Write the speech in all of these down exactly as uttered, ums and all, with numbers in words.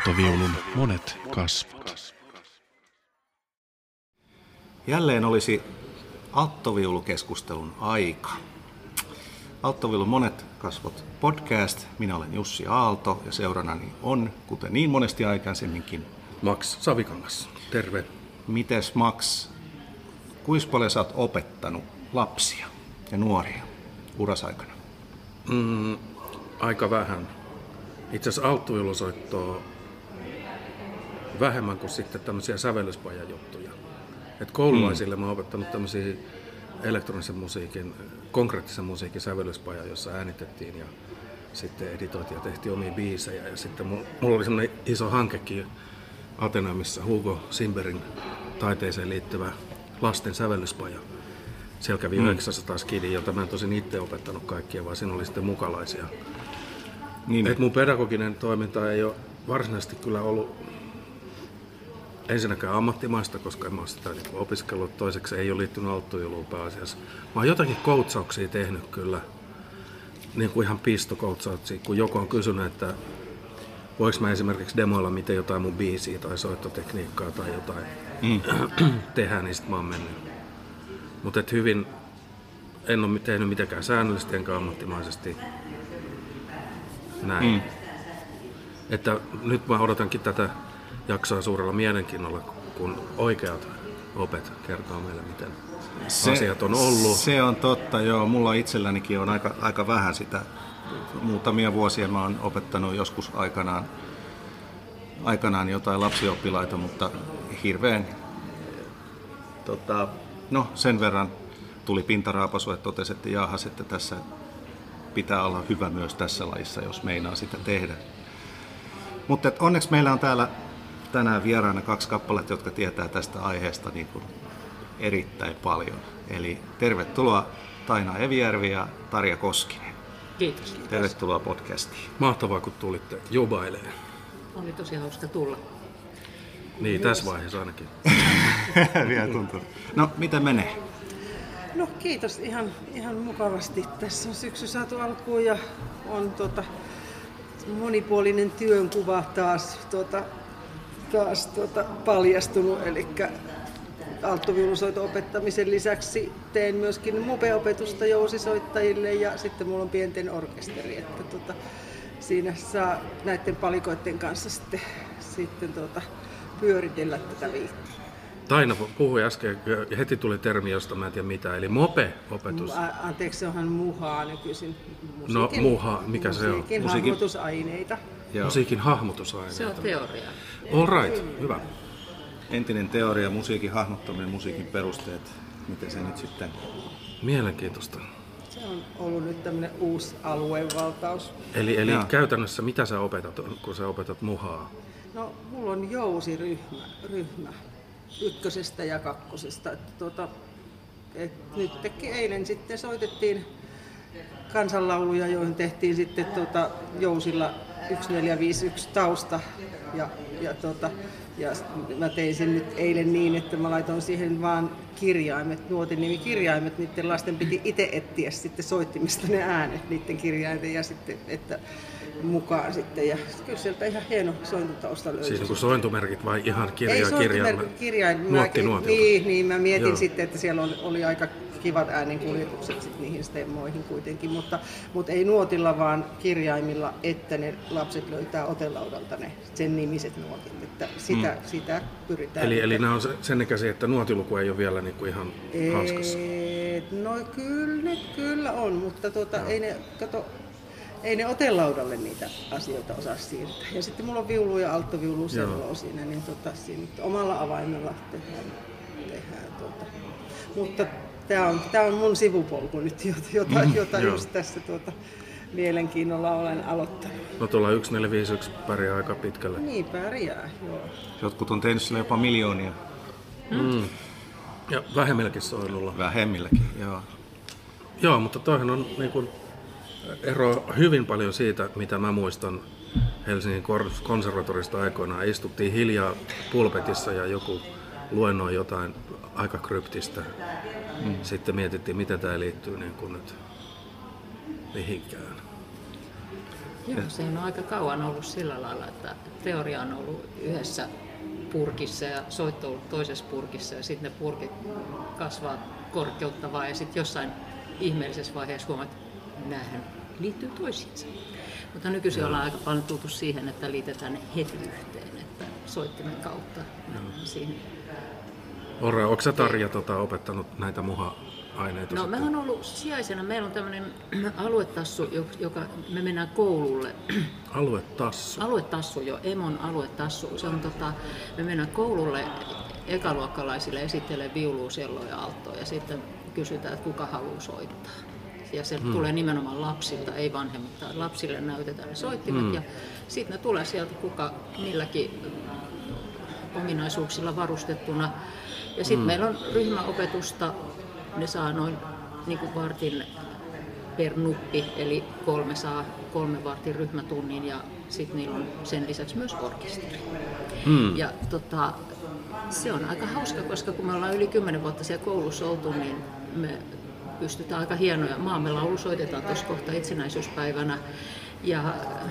Alttoviulun monet kasvot. Jälleen olisi alttoviulukeskustelun aika. Alttoviulun monet kasvot podcast. Minä olen Jussi Aalto ja seurannani on, kuten niin monesti aikaisemminkin, Max Savikangas. Terve. Mites Max, kuinka paljon sä oot opettanut lapsia ja nuoria urasaikana? Mm, aika vähän. Itse asiassa alttoviulusoittoa vähemmän kuin sitten tämmöisiä sävellyspaja-juttuja. Et koululaisille mm. mä oon opettanut tämmöisiä elektronisen musiikin, konkreettisen musiikin sävellyspaja, jossa äänitettiin ja sitten editoitiin ja tehtiin omia biisejä. Ja sitten mulla oli semmoinen iso hankekin Ateneumissa, Hugo Simberin taiteeseen liittyvä lasten sävellyspaja. Siellä kävi mm. yhdeksänsataa skidia, jota mä en tosin itse opettanut kaikkia, vaan siinä oli sitten mukalaisia. Niin. Et mun pedagoginen toiminta ei ole varsinaisesti kyllä ollut ensinnäkään ammattimaista, koska en mä ole sitä niin opiskellut. Toiseksi ei ole liittynyt alttoviuluun pääasiassa. Mä oon jotakin koutsauksia tehnyt kyllä, niin kuin ihan pistokoutsauksia, kun joku on kysynyt, että voiko mä esimerkiksi demoilla miten jotain mun biisiä tai soittotekniikkaa tai jotain mm. tehdä, niin sit mä oon mennyt. Mutta hyvin, en ole tehnyt mitenkään säännöllisesti enkä ammattimaisesti. Näin. Mm. Että nyt mä odotankin tätä jaksoa suurella mielenkiinnolla, kun oikeat opet kertoo meille, miten se, asiat on ollut. Se on totta, joo. Mulla itsellänikin on aika, aika vähän sitä. Muutamia vuosia mä oon opettanut joskus aikanaan, aikanaan jotain lapsioppilaita, mutta hirveän tota, no, sen verran tuli pintaraapasu, että totesi, että jaahas, että tässä pitää olla hyvä myös tässä lajissa, jos meinaa sitä tehdä. Mutta onneksi meillä on täällä tänään vieraana kaksi kappaletta, jotka tietää tästä aiheesta niin kuin erittäin paljon. Eli tervetuloa Taina Evijärvi ja Tarja Koskinen. Kiitos. Kiitos. Tervetuloa podcastiin. Mahtavaa, kun tulitte jubailemaan. Oli tosi hauska tulla. Niin, tässä vaiheessa ainakin. Vielä tuntuu. No, miten menee? No kiitos, ihan, ihan mukavasti. Tässä on syksy saatu alkuun ja on tota, monipuolinen työnkuva taas, tota, taas tota, paljastunut. Eli alttoviulusoiton opettamisen lisäksi teen myöskin mope-opetusta jousisoittajille ja sitten mulla on pienten orkesteri. Että, tota, siinä saa näiden palikoiden kanssa sitten, sitten tota, pyöritellä tätä viikkoa. Taina puhui äsken ja heti tuli termi, josta mä en tiedä mitä, eli mope-opetus. Anteeksi, se onhan muhaa nykyisin. Musiikin, no muha, mikä se on? Musiikin hahmotusaineita. Joo. Musiikin hahmotusaineita. Se on teoria. All right, hyvä. Entinen teoria, musiikin hahmottaminen, musiikin perusteet, miten se nyt sitten? Mielenkiintoista. Se on ollut nyt tämmöinen uusi aluevaltaus. Eli, eli käytännössä mitä sä opetat, kun sä opetat muhaa? No, mulla on jousiryhmä ryhmä, ykkösestä ja kakkosesta. Että tuota, et nyt teki, eilen sitten soitettiin kansanlauluja, joihin tehtiin sitten tuota, jousilla yksi neljä viisi yksi tausta. Ja, ja, tuota, ja mä tein sen nyt eilen niin, että mä laitoin siihen vaan kirjaimet, nuotin nimi kirjaimet, niiden lasten piti itse etsiä sitten soittimista ne äänet, niiden kirjainten ja sitten, että mukaan sitten. Ja kyllä sieltä ihan hieno sointotausta löytyi. Siis niin kuin sointumerkit vai ihan kirja, kirjain? kirjain. Nuotti nuotilta. Niin, niin, mä mietin Joo. sitten, että siellä oli, oli aika kivat äänenkuljetukset sit niihin stemmoihin kuitenkin, mutta, mutta ei nuotilla, vaan kirjaimilla, että ne lapset löytää otelaudalta ne sen nimiset nuotit. Että sitä, mm. sitä pyritään. Eli, eli nämä on sen ikäisiä, että nuotiluku ei ole vielä niin kuin ihan Eee, hanskassa? No kyllä, ne, kyllä on, mutta tuota, ei ne, kato, ei ne otelaudalle niitä asioita osaa siirtää. Ja sitten mulla on viulu ja alttoviulu selloo siinä, niin tota, siinä omalla avaimella tehdään. tehdään tuota. Mutta tämä on, tää on mun sivupolku nyt, jota, mm, jota just tässä tuota, mielenkiinnolla olen aloittanut. No tuolla yksi neljä viisi yksi pärjää aika pitkälle. Niin pärjää, joo. Jotkut on tehnyt sillä jopa miljoonia. Mm. Ja vähemmilläkin soinnulla. Vähemmilläkin, joo. Joo, mutta toihan on niin kuin ero hyvin paljon siitä, mitä mä muistan Helsingin konservatorista aikoinaan. Istuttiin hiljaa pulpetissa ja joku luennoi jotain aika kryptistä. Mm. Sitten mietittiin, miten tämä liittyy niin kuin nyt mihinkään. Joo, se on aika kauan ollut sillä lailla, että teoria on ollut yhdessä purkissa ja soitto on ollut toisessa purkissa ja sitten ne purkit kasvaa korkeutta vaan ja sitten jossain ihmeellisessä vaiheessa huomaat, että näähän liittyy toisiinsa. Mutta nykyisin ollaan aika paljon tultu siihen, että liitetään ne heti yhteen, että soittimen kautta siihen. Orra, onko sä Tarja tota, opettanut näitä muha-aineita? No sitten? mä oon ollut sijaisena. Meillä on tämmöinen aluetassu, joka me mennään koululle. Aluetassu? Aluetassu, jo, Emon aluetassu. Se on, tota, me mennään koululle ekaluokkalaisille esittelee viulua, selloa ja alttoa ja sitten kysytään, että kuka haluaa soittaa. Ja se hmm. tulee nimenomaan lapsilta, ei vanhemmilta. Lapsille näytetään ne soittimet hmm. ja sitten ne tulee sieltä kuka milläkin ominaisuuksilla varustettuna. Ja sitten hmm. meillä on ryhmäopetusta, ne saa noin niin kuin vartin per nuppi, eli kolme saa kolme vartin ryhmätunnin ja sitten niillä on sen lisäksi myös orkesteri. Hmm. Ja tota, se on aika hauska, koska kun me ollaan yli kymmenen vuotta siellä koulussa oltu, niin me pystytään aika hienoja. Maamme laulu soitetaan tuossa kohta itsenäisyyspäivänä ja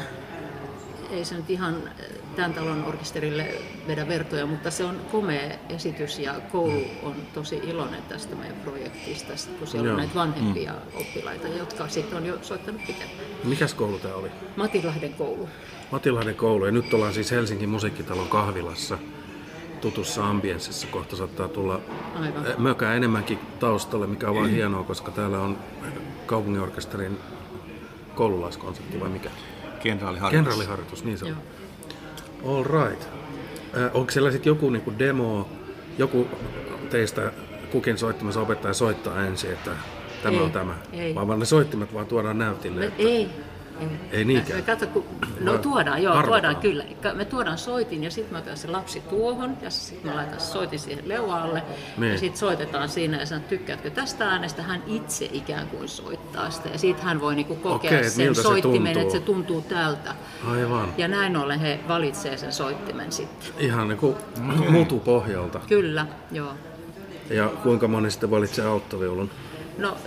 ei se nyt ihan tämän talon orkesterille vedä vertoja, mutta se on komea esitys ja koulu on tosi iloinen tästä meidän projektista, kun siellä on näitä vanhempia mm. oppilaita, jotka sitten on jo soittanut pitempään. Mikäs koulu tämä oli? Matilahden koulu. Matilahden koulu ja nyt ollaan siis Helsingin musiikkitalon kahvilassa tutussa ambienssissa. Kohta saattaa tulla Aivan. mökää enemmänkin taustalle, mikä on vaan hienoa, koska täällä on kaupunginorkesterin koululaiskonsertti vai mikä? Kenraaliharjoitus. Kenraaliharjoitus, niin se on. All right. Äh, onko siellä sitten joku niinku demo, joku teistä kukin soittimessa opettaja soittaa ensin, että tämä ei, on tämä? Ei. Vaan ne soittimet vaan tuodaan näytille? Me, että... Ei. Ei, ei niinkään? Me katso, kun, no tuodaan, joo, Arvotaan. tuodaan kyllä. Me tuodaan soitin ja sitten me otetaan se lapsi tuohon ja sitten me laitetaan soitin siihen leualle niin. Ja sitten soitetaan siinä ja sanoo, tykkäätkö tästä äänestä, hän itse ikään kuin soittaa sitä ja sitten hän voi niinku kokea Okei, sen soittimen, se että se tuntuu tältä. Aivan. Ja näin ollen he valitsee sen soittimen sitten. Ihan niin kuin mutupohjalta. Kyllä, joo. Ja kuinka moni sitten valitsee alttoviulun? No,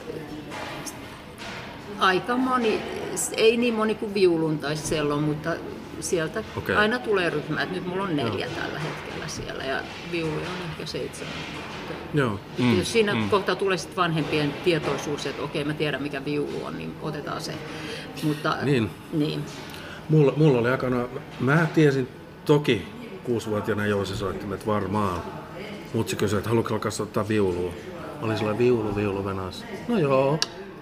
aika moni, ei niin moni kuin viulun tai sellon, mutta sieltä okay. aina tulee ryhmä. Nyt mulla on neljä Joo. tällä hetkellä siellä ja viuluja on ehkä seitsemän. Joo. Mm. Jos siinä mm. kohtaa tulee sitten vanhempien tietoisuus, että okei mä tiedän mikä viulu on, niin otetaan se. Mutta, niin. niin. Mulla, mulla oli aikana, mä tiesin toki kuusivuotiaana jousisoittimet varmaan. Mutsi kysyi, että haluatko alkaa soittaa viulua? Mä olin sellainen viulu, viulu venas. No joo.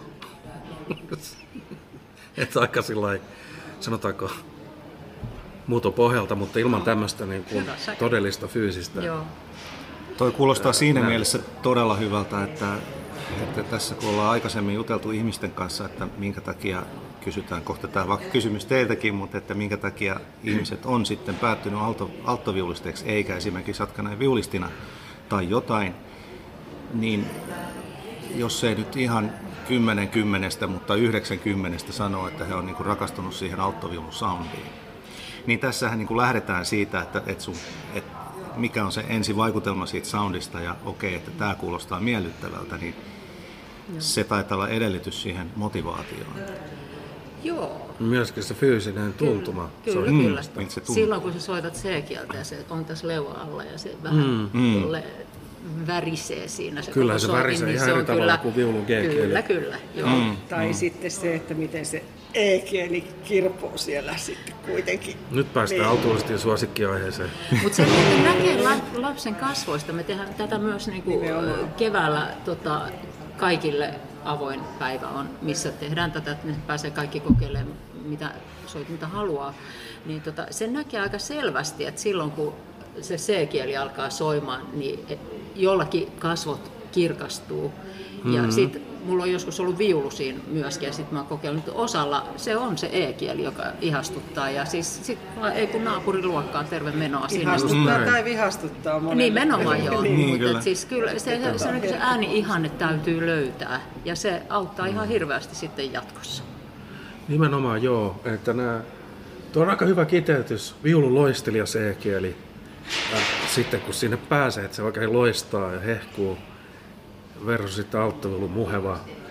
Että aika sillai, sanotaanko muutopohjalta, mutta ilman tämmöistä niin kuin todellista fyysistä. Joo. Toi kuulostaa siinä näin. Mielessä todella hyvältä, että, että tässä kun ollaan aikaisemmin juteltu ihmisten kanssa, että minkä takia, kysytään kohta tämä vaikka kysymys teiltäkin, mutta että minkä takia ihmiset on sitten päättynyt alto, alttoviulisteeksi eikä esimerkiksi Satkaneen viulistina tai jotain, niin jos ei nyt ihan kymmenen kymmenestä, mutta yhdeksänkymmenestä sanoo, että he on niinku rakastunut siihen alttoviulun soundiin. Niin tässähän niinku lähdetään siitä, että, että, sun, että mikä on se ensivaikutelma siitä soundista ja okei, että tämä kuulostaa miellyttävältä, niin Joo. se taitaa olla edellytys siihen motivaatioon. Joo. Myöskin se fyysinen tuntuma. Kyllä, kyllä. Mm, kyllä. Se silloin kun sä soitat C-kieltä ja se on tässä leuan alla ja se vähän mm. tolle värisee siinä se kyllä koko se soitin, värisee niin ihan se eri on tavalla kyllä, kuin viulun G-kieli. Kyllä, kyllä. Joo. Mm. Tai mm. sitten se, että miten se E-kieli kirpoo siellä sitten kuitenkin. Nyt päästään niin. autuullisesti suosikkiaiheeseen. Mutta se näkee lapsen kasvoista. Me tehdään tätä myös niinku keväällä tota, kaikille avoin päivä on, missä tehdään tätä, että ne pääsee kaikki kokeilemaan, mitä soitinta haluaa. Niin tota, se näkee aika selvästi, että silloin kun se C-kieli alkaa soimaan, niin jollakin kasvot kirkastuu. Mm-hmm. Ja sitten mulla on joskus ollut viulu siinä myöskin, ja sitten mä oon kokeillut, että osalla se on se E-kieli, joka ihastuttaa. Ja siis sit ei kun naapuriluokkaan terve menoa sinne. Ihastuttaa tai vihastuttaa monelle. Nimenomaan joo, niin, mutta kyllä. Siis kyllä se, se, se, se ääni-ihanne täytyy löytää, ja se auttaa mm. ihan hirveästi sitten jatkossa. Nimenomaan joo, että nää, tuo on aika hyvä kiteytys, viulun loistelija C-kieli. Ja sitten kun sinne pääsee, että se oikein loistaa ja hehkuu, versus sitten alttoviulun muheva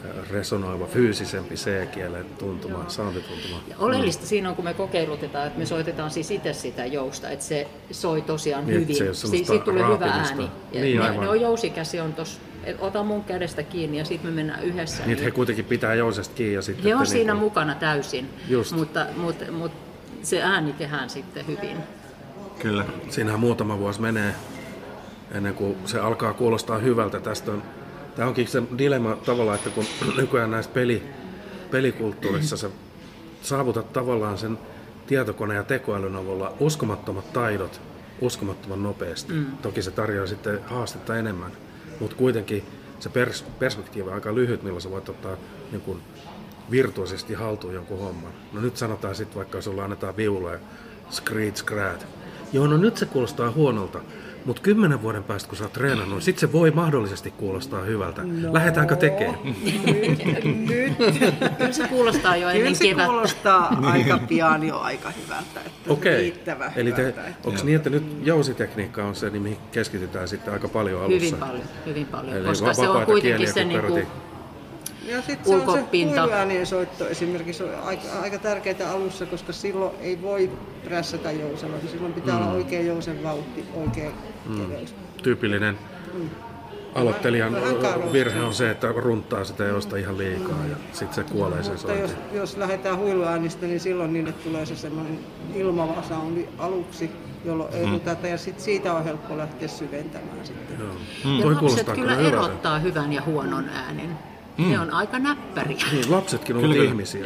resonoiva, fyysisempi C-kielen tuntuma, soundituntuma. Ja oleellista mm. siinä on, kun me kokeilutetaan, että me soitetaan siis itse sitä jousta, että se soi tosiaan niin, hyvin. Se si- siitä tulee hyvä ääni. Ja niin, ne, ne on jousikäsi on tossa, että ota mun kädestä kiinni ja sitten me mennään yhdessä. Niin, he kuitenkin pitää jousesta kiinni. Ja sitten he on siinä niin mukana täysin, just. mutta, mutta, mutta se ääni tehdään sitten hyvin. Kyllä. Siinähän muutama vuosi menee ennen kuin se alkaa kuulostaa hyvältä. Tästä on, tämä onkin se dilemma tavallaan, että kun nykyään näissä peli, pelikulttuurissa sä saavutat tavallaan sen tietokoneen ja tekoälyn avulla uskomattomat taidot uskomattoman nopeasti. Mm. Toki se tarjoaa sitten haastetta enemmän, mutta kuitenkin se pers- perspektiivi on aika lyhyt, millä sä voit ottaa niin kuin virtuaalisesti haltuun jonkun homman. No nyt sanotaan sitten, vaikka sulla annetaan viuluja, screed, scrat. Joo, no nyt se kuulostaa huonolta, mutta kymmenen vuoden päästä, kun sä oot treenannut, niin sitten se voi mahdollisesti kuulostaa hyvältä. No. Lähdetäänkö tekemään? Nyt, nyt. Kyllä se kuulostaa jo ennen kevättä. Kyllä se kuulostaa aika pian jo aika hyvältä, että okei. riittävä Eli te, hyvältä. onko niin, että nyt jousitekniikka on se, niin mihin keskitytään sitten aika paljon alussa? Hyvin paljon, hyvin paljon. Eli koska se on kuitenkin se niinku ja sitten se on se ulkopinta. huiluäänien soitto esimerkiksi on aika, aika tärkeää alussa, koska silloin ei voi prässätä jousella. Silloin pitää mm. olla oikea jousen vauhti, oikea mm. keveys. Tyypillinen mm. aloittelijan virhe on se, että runttaa sitä jousta ihan liikaa ja sitten se kuolee sen soitin. Mutta jos, jos lähdetään huiluäänistä, niin silloin niille tulee se semmoinen ilmava soundi aluksi, jolloin ei mm. rutata ja sit siitä on helppo lähteä syventämään sitten. Mm. Ja lapset kyllä erottaa hyvän ja huonon äänen. Mm. Ne on aika näppäriä. Niin, lapsetkin ovat ihmisiä.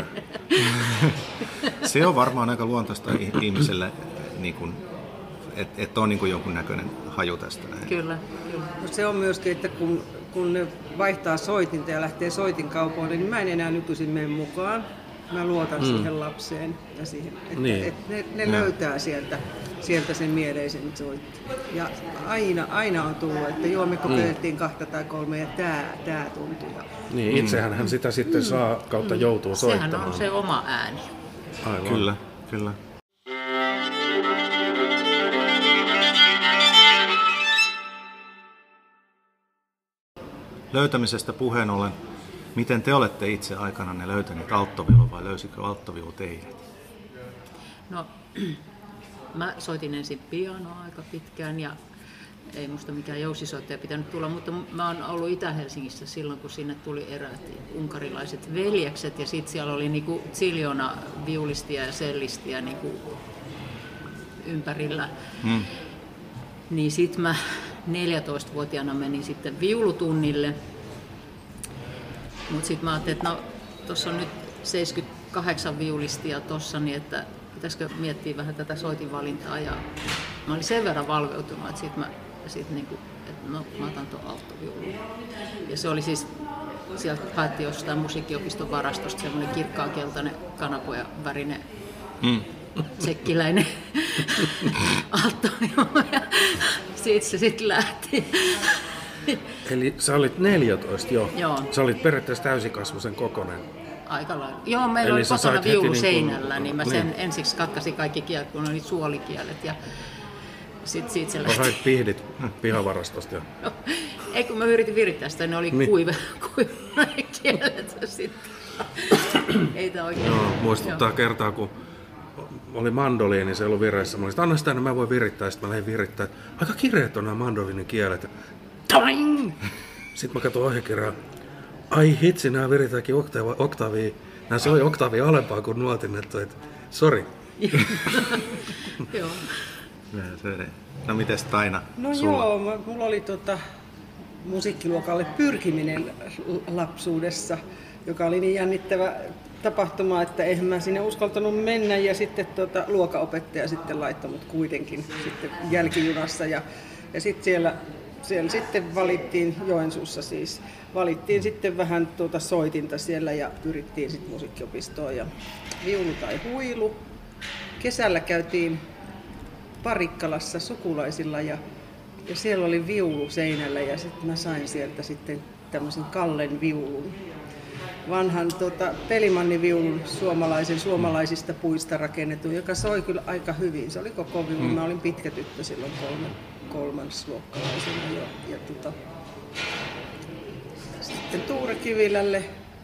Se on varmaan aika luontaista ihmiselle, niin että et on niin jonkunnäköinen haju tästä. Näin. Kyllä. kyllä. No se on myöskin, että kun, kun ne vaihtaa soitinta ja lähtee soitinkaupoille, niin mä en enää nykyisin mene mukaan. Mä luotan mm. siihen lapseen ja siihen, että niin. et ne, ne löytää sieltä, sieltä sen mieleisen soitti. Ja aina, aina on tullut, että joo, me kokeiltiin mm. kahta tai kolme ja tää, tää tuntui. Niin, itsehän hän sitä sitten mm. saa kautta joutuu mm. soittamaan. Sehän on se oma ääni. Aivan. Kyllä, kyllä. Löytämisestä puheen ollen, miten te olette itse aikananne löytäneet alttoviulun vai löysikö alttoviulu teidät? No, mä soitin ensin pianoa aika pitkään ja ei musta mikään jousisoittaja pitänyt tulla, mutta mä oon ollut Itä-Helsingissä silloin, kun sinne tuli eräät unkarilaiset veljekset ja sit siellä oli niinku ziljona viulistia ja sellistiä niinku ympärillä. Hmm. Niin sit mä neljätoistavuotiaana menin sitten viulutunnille. Mutta sitten mä ajattelin, että no, tuossa on nyt seitsemänkymmentäkahdeksan viulistia tuossa, niin että pitäisikö miettiä vähän tätä soitinvalintaa. Ja mä olin sen verran valveutunut, että sitten mä, sit niinku, että no, mä otan tuon alttoviulun. Ja se oli siis, sieltä haettiin jostain musiikkiopiston varastosta semmoinen kirkkaankeltainen kanapoja värinen mm. tsekkiläinen alttoviulu. Ja siitä se sitten lähti. Eli sä olit neljätoista jo. Joo. Sä olit periaatteessa täysikasvuisen kokonen. Aika lailla. Joo, meillä eli oli kotona viulu niin seinällä, kun, niin mä sen niin. ensiksi katkasin kaikki kielet, kun oli suolikielet. Ja sit siitä se lähti. Sait pihdit pihavarastosta. Ja... No, ei kun mä yritin virittää sitä, ne oli niin. kuiva, kuiva kielet. Sitten. Ei tää oikein. Joo, muistuttaa Joo. kertaa, kun oli mandoliini, niin se ei ollut vireessä. Mä olin, että anna sitä, niin mä voin virittää. Sitten mä lähdin virittää. Aika kireet on nämä mandoliinin kielet. Toing! Sitten mä katsoin ohjekirjaa. Ai hitsi, nämä viritäänkin oktaavia. Nämä soi oktaavia alempaa kuin nuotin. Että sori. Joo. No mites Taina? No sulla? Joo, mulla oli tota, musiikkiluokalle pyrkiminen lapsuudessa, joka oli niin jännittävä tapahtuma, että eihän mä sinne uskaltanut mennä ja sitten tuota, luokanopettaja sitten laittoi mut kuitenkin sitten jälkijunassa ja, ja sitten siellä, siellä sitten valittiin Joensuussa siis, valittiin sitten vähän tuota soitinta siellä ja pyrittiin sitten musiikkiopistoon ja viulu tai huilu. Kesällä käytiin Parikkalassa sukulaisilla ja, ja siellä oli viulu seinällä ja sitten mä sain sieltä sitten tämmöisen Kallen viulun. Vanhan tota, pelimanniviulun suomalaisen suomalaisista puista rakennetun, joka soi kyllä aika hyvin. Se oli koko viulu. Mä olin pitkä tyttö silloin kolme, kolmansluokkalaisena. Ja, ja tota, sitten Tuure Kivilälle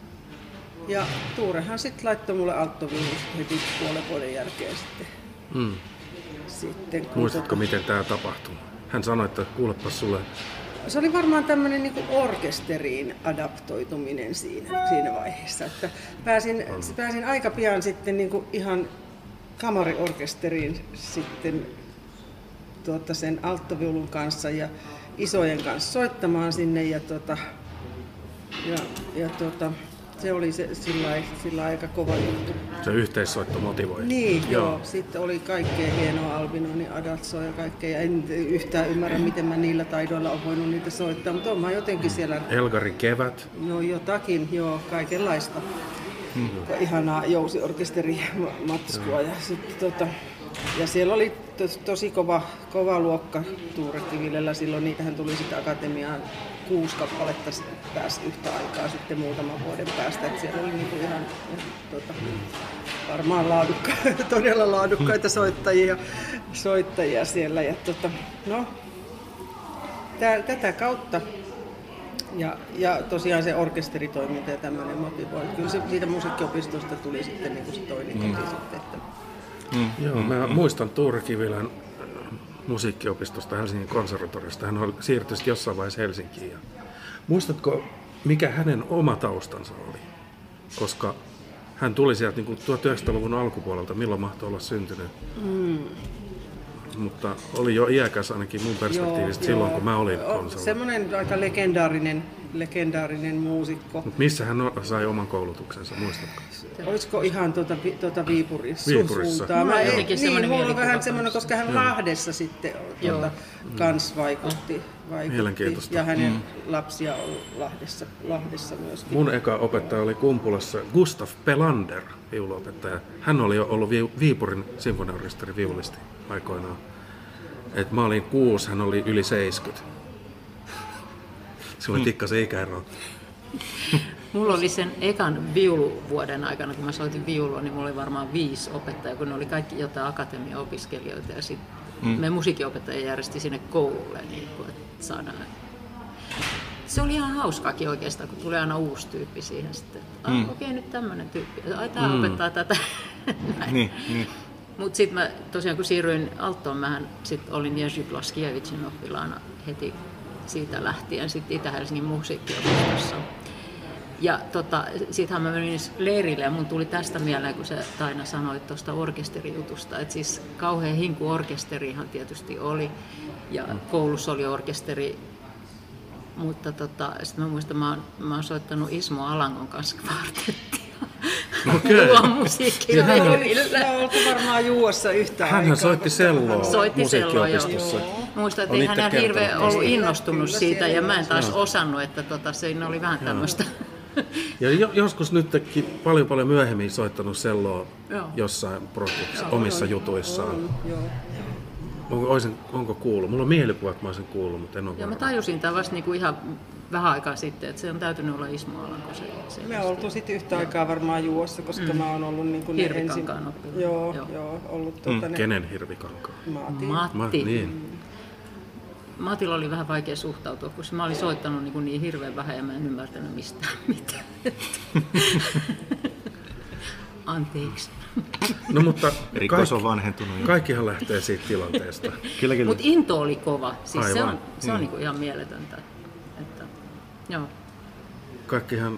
Ja Tuurehan sitten laittoi mulle alttoviulun heti puolen vuoden jälkeen sitten. Mm. sitten Muistatko, tota, miten tämä tapahtui? Hän sanoi, että kuulepa sulle. se oli varmaan tämmöinen niin kuin orkesteriin adaptoituminen siinä, siinä vaiheessa. Että pääsin, pääsin aika pian sitten niin kuin ihan kamariorkesteriin sitten tuota, sen alttoviulun kanssa ja isojen kanssa soittamaan sinne. Ja, tuota, ja, ja tuota, se oli se, sillä, sillä aika kova juttu. Se yhteissoitto motivoi. Niin, joo. joo. Sitten oli kaikkea hienoa Albinoni, Adazzoa ja kaikkea. Ja en yhtään ymmärrä, miten mä niillä taidoilla olen voinut niitä soittaa, mutta olen jotenkin siellä... Elgarin kevät. No jotakin, joo, kaikenlaista. Hmm. Ihanaa jousiorkesterimatskua. Ja, sitten, tota, ja siellä oli tos, tosi kova, kova luokka Tuure Kivilellä. Silloin niitähän tuli sitten akatemiaan kuusi kappaletta pääsi yhtä aikaa sitten muutaman vuoden päästä. Et siellä oli niinku ihan tota, varmaan laadukka- todella laadukkaita soittajia, soittajia siellä. Ja, tota, no, tää, tätä kautta ja, ja tosiaan se orkesteritoiminta ja tämmöinen motivoi. Kyllä se siitä musiikkiopistosta tuli sitten niinku se toinen koti mm. sitten. Että... Mm. Joo, mä muistan Tuure Kivilän musiikkiopistosta Helsingin konservatoriosta. Hän oli siirtynyt jossain vaiheessa Helsinkiin. Ja muistatko, mikä hänen oma taustansa oli? Koska hän tuli sieltä niin kuin tuhatyhdeksänsataaluvun alkupuolelta, milloin mahtoi olla syntynyt. Mm. Mutta oli jo iäkäs ainakin mun perspektiivistä joo, silloin, joo. kun mä olin konservatoriossa. Semmoinen aika legendaarinen, legendaarinen muusikko. Mut missä hän sai oman koulutuksensa, muistatko? Olisiko ihan tuota, tuota Viipurissa? Viipurissa. Mä ei, niin, mulla on vähän semmoinen, koska hän joo. Lahdessa sitten tuota, kans vaikutti, vaikutti. Ja hänen mm. lapsia on Lahdessa, Lahdessa myöskin. Mun eka opettaja oli Kumpulassa Gustav Pelander, viuluopettaja. Hän oli jo ollut Viipurin sinfoniaorkesterin viulisti aikoinaan. Et mä olin kuusi, hän oli yli seitsemänkymmentä. Se oli tikkasen ikäero. Mulla oli sen ekan viuluvuoden aikana, kun mä soitin viulua, niin mulla oli varmaan viisi opettajaa, kun ne oli kaikki jotain akatemiaopiskelijoita. Ja sitten mm. me musiikkiopettaja järjesti sinne koululle, niin kun, että saadaan. Se oli ihan hauskaakin oikeastaan, kun tuli aina uusi tyyppi siihen sitten. Ah, mm. okei, okay, nyt tämmönen tyyppi. Ai, tää mm. opettaa tätä. niin, niin. Mutta sitten mä tosiaan kun siirryin Alttoon, mähän sit olin Jerzy Blaskiewicin oppilaana heti siitä lähtien sitten Itä-Helsingin musiikkiopistossa. Ja tota, siitähän mä menin leirille ja mun tuli tästä mieleen, kun sä Taina sanoit tuosta orkesterijutusta. Että siis kauhean hinku orkesterihan tietysti oli ja koulussa oli orkesteri. Mutta tota, sitten mä muistan, mä oon, mä oon soittanut Ismo Alangon kanssa kvartettia. Okei. Luon musiikkileirillä. Mä oltu varmaan juossa yhtä aikaa. Hänhän soitti selloa soitti musiikkiopistossa. Muistan, että ei hän hirveän ollut innostunut siitä ja mä en taas osannut, että tota, se oli vähän tämmöistä. Ja joskus nytkin paljon paljon myöhemmin soittanut selloa jossain projektissa, omissa jutuissaan. On, joo. Onko, olisin, onko kuullut? Mulla on mielikuva, että mä olisin kuullut, mutta en ole varma. Mä tajusin tämän vasta niinku ihan vähän aikaa sitten, että se on täytynyt olla Ismo Alanko. Se, se me on oltu sitten yhtä aikaa varmaan juossa, koska mm. mä oon ollut niin kuin Hirvikankaan oppilaa. Joo, joo. joo ollut tuota mm. ne... Kenen Hirvikankaan? Matti. Matti. Ma, niin. Matilla oli vähän vaikea suhtautua, koska mä olin soittanut niin, niin hirveän vähän ja mä en ymmärtänyt mistään mitään. Anteeksi. No mutta Rikos on vanhentunut. Kaikkihan lähtee siitä tilanteesta. Kyllä, kyllä. Mutta into oli kova. Siis Aivan. se on, se on mm. niin kuin ihan mieletöntä. Että, joo. Kaikkihan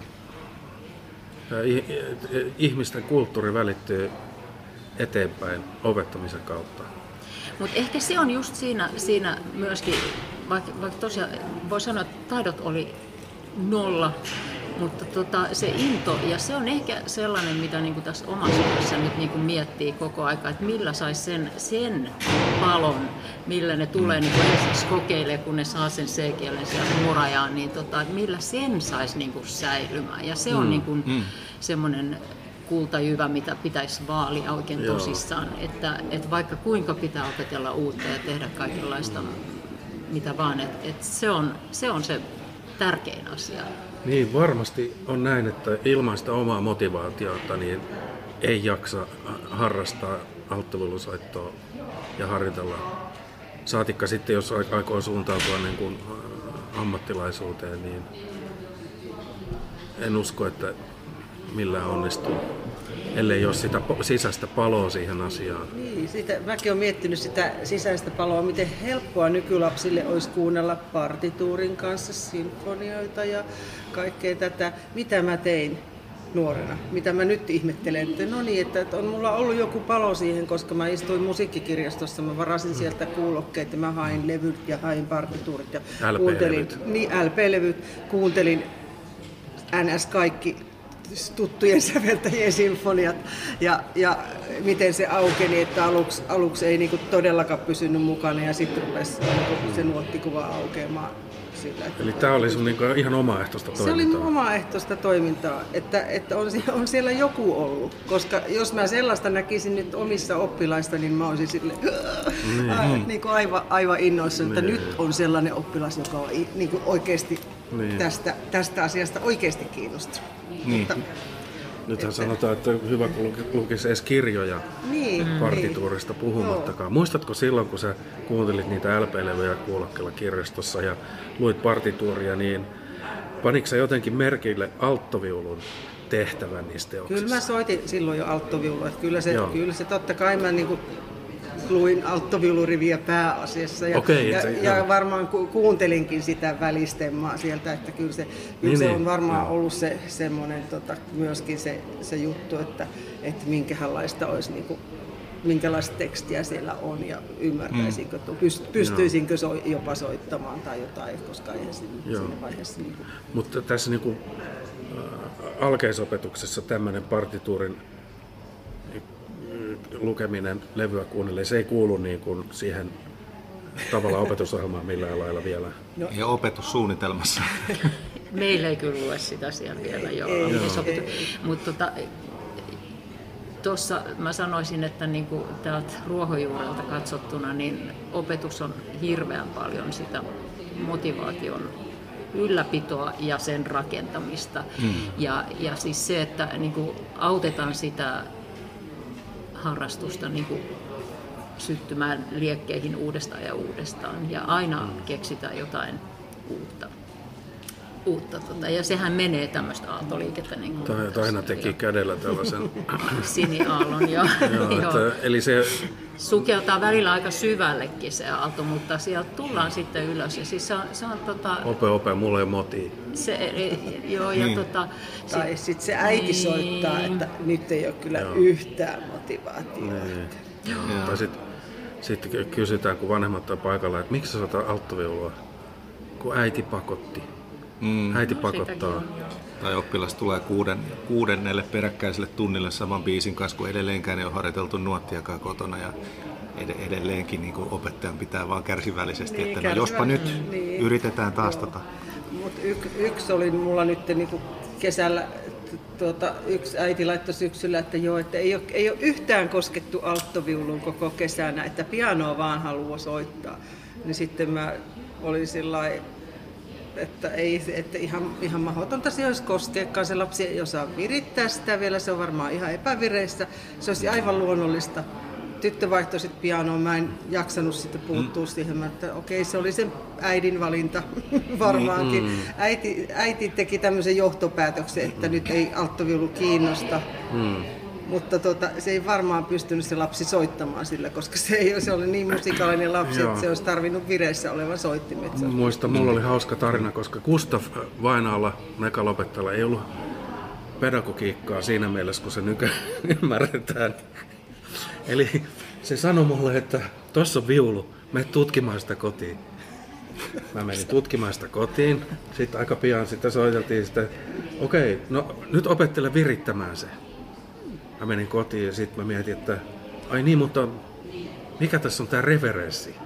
ihmisten kulttuuri välittyy eteenpäin opettamisen kautta. Mutta ehkä se on just siinä, siinä myöskin, vaikka, vaikka tosiaan voi sanoa, että taidot oli nolla, mutta tota, se into, ja se on ehkä sellainen, mitä niinku tässä omassa työssä nyt niinku miettii koko aika, että millä saisi sen, sen palon, millä ne tulee niinku ensiksi kokeilemaan, kun ne saa sen C-kielen sieltä murajaan, niin tota, että millä sen saisi niinku säilymään. Ja se on mm. niinku mm. semmoinen kultajyvä, mitä pitäisi vaalia oikein Joo. tosissaan, että, että vaikka kuinka pitää opetella uutta ja tehdä kaikenlaista, mitä vaan, että, että se, on, se on se tärkein asia. Niin, varmasti on näin, että ilman sitä omaa motivaatiota niin ei jaksa harrastaa alttoviulusoittoa ja harjoitella. Saatikka sitten, jos aikoo suuntautua niin kuin ammattilaisuuteen, niin en usko, että millään onnistuu, ellei ole sitä sisäistä paloa siihen asiaan. Niin, sitä, mäkin olen miettinyt sitä sisäistä paloa, miten helppoa nykylapsille olisi kuunnella partituurin kanssa sinfonioita ja kaikkea tätä, mitä mä tein nuorena, mitä mä nyt ihmettelen, että no niin, että, että on mulla ollut joku palo siihen, koska mä istuin musiikkikirjastossa, mä varasin sieltä kuulokkeet ja mä hain levyt ja hain partituurit ja kuuntelin, niin L P-levyt, kuuntelin N S kaikki tuttujen säveltäjien sinfoniat ja, ja miten se aukeni, että aluksi, aluksi ei niinku todellakaan pysynyt mukana ja sitten rupesi niinku se nuottikuva aukeamaan. Sillä, Eli tämä oli sun niinku ihan omaehtoista toimintaa? Se oli omaehtoista toimintaa, että, että on, on siellä joku ollut, koska jos mä sellaista näkisin nyt omissa oppilaista, niin mä olisin sille, niin. aivan, niin kuin aivan, aivan innoissani, että niin. Nyt on sellainen oppilas, joka on niin kuin oikeasti niin. tästä, tästä asiasta oikeasti kiinnostunut. Niin. Mutta, Nythän että... sanotaan, että hyvä kun lukisi edes kirjoja niin, partituurista niin. puhumattakaan. Joo. Muistatko silloin, kun sä kuuntelit niitä L P-levyjä kuulokkeella kirjastossa ja luit partituuria, niin panitko sä jotenkin merkille alttoviulun tehtävän niistä teoksissa? Kyllä mä soitin silloin jo alttoviulua. Kyllä se, kyllä se totta kai mä niin kuin luin alttoviuluriviä pääasiassa ja, okay, ja, se, ja varmaan ku, kuuntelinkin sitä välistemmaa sieltä, että kyllä se, kyllä niin, se on varmaan niin. ollut se, semmoinen tota, myöskin se, se juttu, että, että minkälaista olisi niin kuin, minkälaista tekstiä siellä on ja ymmärtäisinkö, mm. pyst, pystyisinkö so, jopa soittamaan tai jotain, koska eihän siinä, siinä vaiheessa... Niin kuin... Mutta tässä niin kuin, äh, alkeisopetuksessa tämmöinen partituurin lukeminen, levyä kuunnellen, se ei kuulu niin kuin siihen tavallaan opetusohjelmaan millään lailla vielä. No. Ja opetussuunnitelmassa. Meillä ei kyllä lue sitä siellä vielä, joo. Mutta tota, tuossa mä sanoisin, että niinku täältä ruohonjuurelta katsottuna, niin opetus on hirveän paljon sitä motivaation ylläpitoa ja sen rakentamista. Hmm. Ja, ja siis se, että niinku autetaan sitä harrastusta niin kuin syttymään liekkeihin uudestaan ja uudestaan ja aina mm. keksitään jotain uutta. uutta tota. Ja sehän menee tämmöistä aaltoliikettä. Niin tai aina teki kädellä tällaisen siniaallon. Jo. Joo, että, eli se sukeltaa välillä aika syvällekin se aalto, mutta sieltä tullaan sitten ylös. Ja siis se on, se on, tota, ope, ope, mulle ei motii. Se, joo, ja niin. tota, tai sitten sit se äiti niin. soittaa, että nyt ei ole kyllä joo. yhtään motivaatiota. Niin. Tai sitten sit kysytään, kun vanhemmat on paikalla, että miksi sä soitat alttoviulua? Kun äiti pakotti. Mm. Äiti no, pakottaa. Tai oppilas tulee kuuden, kuudennelle peräkkäiselle tunnille saman biisin kanssa, kun edelleenkään ei ole harjoiteltu nuottiakaan kotona. Ja edelleenkin niin kuin opettajan pitää vaan kärsivällisesti, niin, että no, jospa nyt niin. yritetään taas tota. Mutta y- yksi oli mulla nyt niin kuin kesällä, tuota, yksi äiti laittoi syksyllä, että joo, että ei ole, ei ole yhtään koskettu alttoviuluun koko kesänä, että pianoa vaan haluaa soittaa. Niin sitten mä olin sillai, että, ei, että ihan, ihan mahdotonta se olisi koskeekaan. Se lapsi ei osaa virittää sitä vielä, se on varmaan ihan epävireissä. Se olisi aivan luonnollista. Tyttö vaihtoi sitten pianoon, mä en jaksanut sitten puuttua mm. siihen, että okei, se oli sen äidin valinta varmaankin. Mm. Äiti, äiti teki tämmöisen johtopäätöksen, että mm. nyt ei alttoviulu kiinnosta. Mm. Mutta tota, se ei varmaan pystynyt se lapsi soittamaan sillä, koska se, ei, se oli niin musikaalinen lapsi, että se olisi tarvinnut vireissä olevan soittimet. Muista, mulla oli hauska tarina, koska Gustav Vainaalla, mekalopettajalla, ei ollut pedagogiikkaa siinä mielessä, kun se nykyään ymmärretään. Eli se sanoi mulle, että tossa on viulu, mene tutkimaan sitä kotiin. Mä menin tutkimaan sitä kotiin, sitten aika pian sitten soiteltiin sitä, okei, okay, no nyt opettele virittämään se. Mä menin kotiin ja sitten mä mietin, että ai niin, mutta mikä tässä on tää referenssi?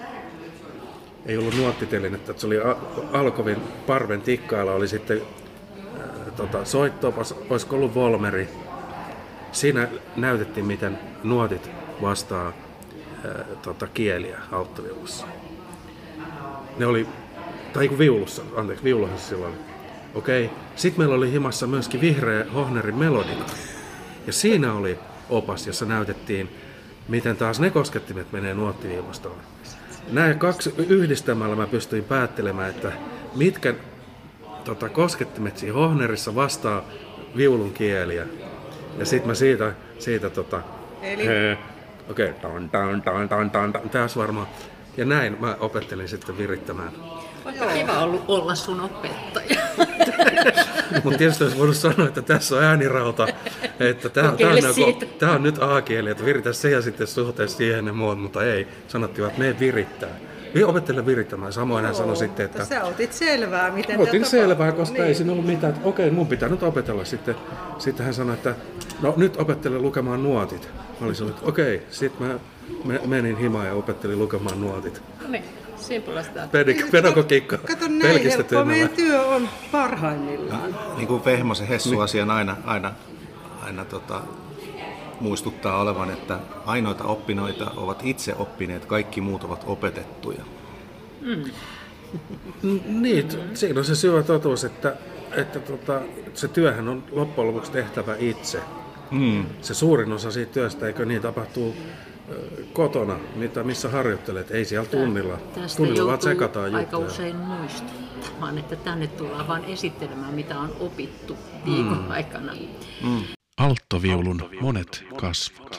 Ei ollut nuottitelinettä, että se oli Alkovin parven tikkailla, oli sitten äh, tota, soitto, olisiko ollut Volmeri. Siinä näytettiin, miten nuotit vastaa ää, tota, kieliä alttoviulussa. Ne oli, tai kun viulussa, anteeksi, viuluhan silloin. Okei. Sitten meillä oli himassa myöskin vihreä Hohnerin melodika. Ja siinä oli opas, jossa näytettiin, miten taas ne koskettimet menee nuottiviilustoon. Nämä kaksi yhdistämällä mä pystyin päättelemään, että mitkä tota, koskettimet siinä Hohnerissa vastaa viulun kieliä. Ja sitten mä siitä, siitä tota, Eli? okei, okay, tan, tan, tan, tan, tan, tan, tässä varmaan. Ja näin mä opettelin sitten virittämään. Onko kiva ollut olla sun opettaja? Mutta tietysti olisi voinut sanoa, että tässä on äänirauta, että tämä on, on, on nyt A-kieli, että viritä se ja sitten suhteessa siihen ja muut, mutta ei. Sanottiin, että me virittää. Opettele virittämään. Samoin hän sanoi sitten, että... Sä otit selvää, miten Otin tämä selvää, koska niin. ei siinä ollut mitään, että okei, mun pitää nyt opetella sitten. Sitten hän sanoi, että no nyt opettele lukemaan nuotit. Mä olin sanonut, että okei, sitten mä menin himaan ja opettelin lukemaan nuotit. No niin, simpulasta. Pedagogiikka Kato näin helppoa, meidän työ on parhaimmillaan. Niin kuin Vehmosen Hessu-asian aina, aina, aina tota, muistuttaa olevan, että ainoita oppinoita ovat itse oppineet, kaikki muut ovat opetettuja. Mm. Niin, siinä on se syvä totuus, että, että tota, se työhän on loppujen lopuksi tehtävä itse. Mm. Se suurin osa siitä työstä, eikö niin, tapahtuu kotona, mitä, missä harjoittelet, ei siellä tunnilla. Tästä tunnilla vaan tsekataan aika juttuja. usein muistuttamaan, että tänne tullaan vaan esittelemään, mitä on opittu viikon mm. aikana. Mm. Alttoviulun monet kasvot.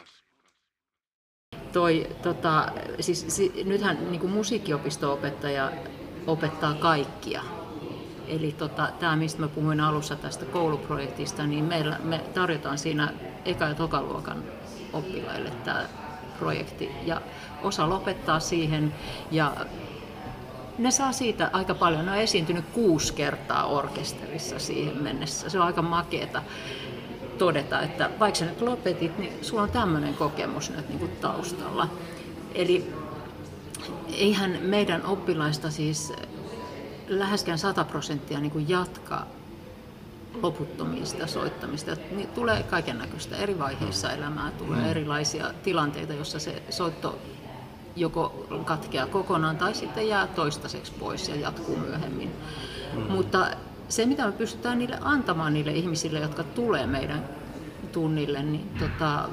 Toi, tota, siis, si, nythän niin kuin musiikkiopisto-opettaja opettaa kaikkia. Eli tota, tämä, mistä mä puhuin alussa tästä kouluprojektista, niin meillä, me tarjotaan siinä eka- ja tokaluokan oppilaille tämä projekti. Ja osa lopettaa siihen ja ne saa siitä aika paljon. Ne on esiintynyt kuusi kertaa orkesterissa siihen mennessä. Se on aika makeeta todeta, että vaikka sä nyt lopetit, niin sulla on tämmöinen kokemus nyt niin kuin taustalla. Eli eihän meidän oppilaista siis läheskään sata prosenttia niin kuin jatka loputtomiin sitä soittamista. Niin tulee kaiken näköistä eri vaiheissa elämää, tulee mm. erilaisia tilanteita, jossa se soitto joko katkeaa kokonaan tai sitten jää toistaiseksi pois ja jatkuu myöhemmin. Mm. Mutta se, mitä me pystytään niille antamaan niille ihmisille, jotka tulee meidän tunnille, niin tota,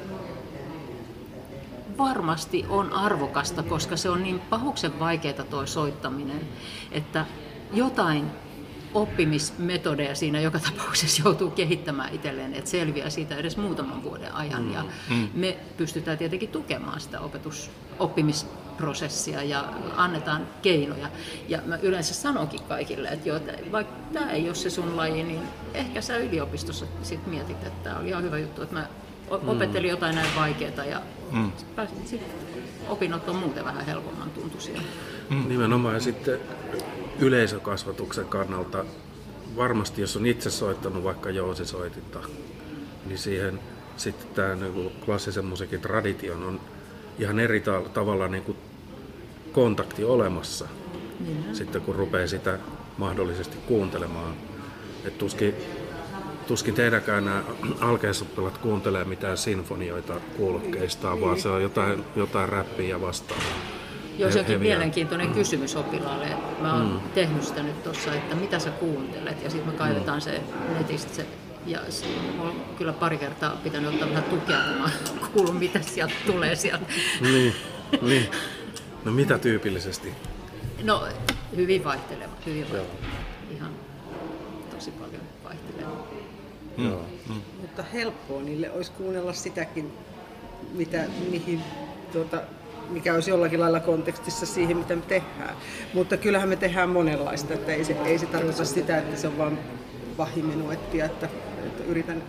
varmasti on arvokasta, koska se on niin pahuksen vaikeaa toi soittaminen, että jotain oppimismetodeja siinä joka tapauksessa joutuu kehittämään itselleen, että selviää siitä edes muutaman vuoden ajan. Ja me pystytään tietenkin tukemaan sitä opetus, oppimisprosessia ja annetaan keinoja. Ja mä yleensä sanonkin kaikille, että, jo, että vaikka tämä ei ole se sun laji, niin ehkä sä yliopistossa sit mietit, että tämä oli ihan hyvä juttu, että mä opettelin jotain näin vaikeaa ja mm. sitten opinnot on muuten vähän helpomman tuntuisia. Mm. Nimenomaan ja sitten yleisökasvatuksen kannalta varmasti, jos on itse soittanut vaikka jousisoitinta, niin siihen sitten tämä niin klassisen musiikin tradition on ihan eri ta- tavalla niin kuin kontakti olemassa, mm-hmm. sitten kun rupeaa sitä mahdollisesti kuuntelemaan. Et tuskin, tuskin teidänkään nämä alkeisoppilaat kuuntelee mitään sinfonioita kuulokkeistaan, vaan se on jotain, jotain räppiä ja vastaavaa. Joo, se onkin mielenkiintoinen kysymys oppilaalle. Mä oon mm. tehnyt sitä nyt tuossa, että mitä sä kuuntelet, ja sitten me kaivetaan mm. se netistä. Se, ja mulla on kyllä pari kertaa pitänyt ottaa vähän tukea, kun mä kuulun, mitä sieltä tulee sieltä. Niin, niin. No mitä tyypillisesti? No hyvin vaihteleva, hyvin vaihteleva. Ihan tosi paljon vaihteleva. Mm. Joo. Mm. Mutta helppoa niille olisi kuunnella sitäkin, mitä, mihin, tuota, mikä olisi jollakin lailla kontekstissa siihen, mitä me tehdään. Mutta kyllähän me tehdään monenlaista, että ei se, ei se tarkoita sitä, että se on vain vahimenuettia, että, että yritän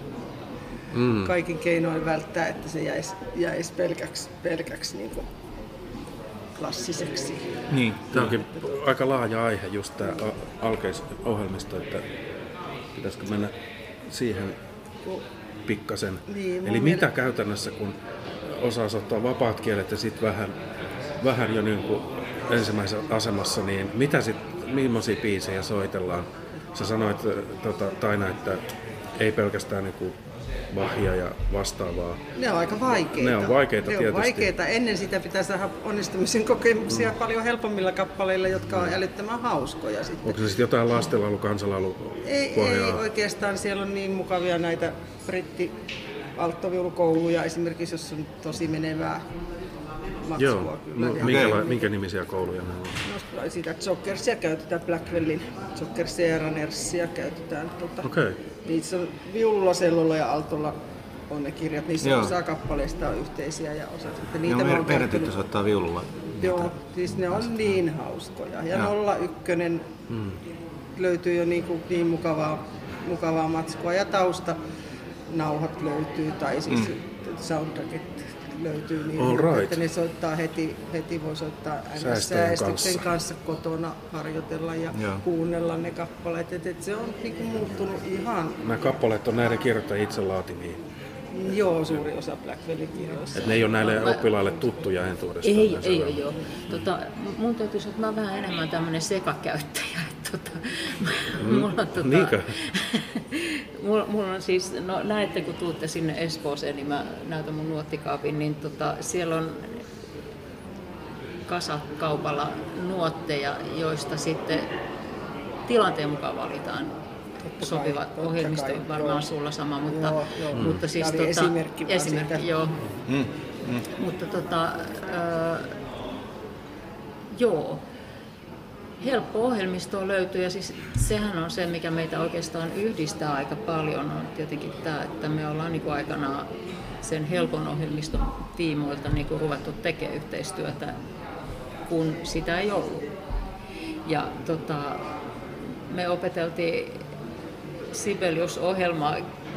mm. kaikin keinoin välttää, että se jäisi, jäisi pelkäksi, pelkäksi niin kuin klassiseksi. Niin, tämä onkin aika laaja aihe, just tämä alkeisohjelmisto, että pitäisikö mennä siihen pikkasen. Niin, Eli mitä mielestä käytännössä, kun osaa ottaa vapaat kielet ja sitten vähän, vähän jo niin kuin ensimmäisessä asemassa, niin mitä sitten, millaisia biisejä soitellaan? Sä sanoit tota, Taina, että ei pelkästään niin kuin Bachia ja vastaavaa. Ne on aika vaikeita. Ne on vaikeita ne tietysti. On vaikeita. Ennen sitä pitää saada onnistumisen kokemuksia mm. paljon helpommilla kappaleilla, jotka on älyttömän hauskoja. Sitten. Onko se sitten jotain lastenlaulu, kansalaulu ei, ei oikeastaan. Siellä on niin mukavia näitä britti alttoviulukouluja esimerkiksi, jos on tosi menevää matskua Joo, kyllä. no, Ja- minkä, Okei. minkä nimisiä kouluja ne on? No, sitä Jokkersia käytetään, Blackwellin Jokkersia ja Runnersia käytetään. Tota, Okei. Niissä on viululla, sellolla ja altolla on ne kirjat. Niissä Joo. osa kappaleista on yhteisiä ja osa sitten Niitä niitä mä meidän, oon meidän käyttänyt. tyttö soittaa viululla. Joo, siis ne on niin hauskoja. Ja Joo. nolla ykkönen mm. löytyy jo niin, kuin niin mukavaa, mukavaa matskua ja taustanauhat löytyy tai siis mm. soundtrackit löytyy niin, All hyvin, right. että ne soittaa heti, heti voi soittaa Säästöjen säästyksen kanssa. kanssa kotona, harjoitella ja Joo. kuunnella ne kappaleet. Et, et se on niin kuin muuttunut ihan, Nämä kappaleet on näiden kirjoittajien itse laatimia. joo, suuri osa Blackwellin kirjoissa. Et ne ei ole näille Mä- oppilaille tuttuja entuudestaan. Ei, ne ei ole sävelet. joo. Tota, mun täytyy sanoa, että mä oon vähän enemmän tämmönen sekakäyttäjä. Että, tota, mulla on, tota, Niinkö? mulla, mulla on siis, no näette kun tuutte sinne Espooseen, niin mä näytän mun nuottikaapin, niin tota, siellä on kasakaupalla nuotteja, joista sitten tilanteen mukaan valitaan sopiva totta ohjelmisto, kai, varmaan joo. sulla sama, mutta, Joo, joo. mutta siis Tämä oli tota, esimerkki vaan esimerkki siitä. joo. Mm. Mm. Mutta tota, äh, joo, helppo ohjelmistoa löytyy ja siis sehän on se, mikä meitä oikeastaan yhdistää aika paljon, on tietenkin tämä, että me ollaan niin kuin aikanaan sen helpon ohjelmiston tiimoilta niin kuin ruvettu tekemään yhteistyötä, kun sitä ei ollut. Ja tota, me opeteltiin Sibelius-ohjelmaa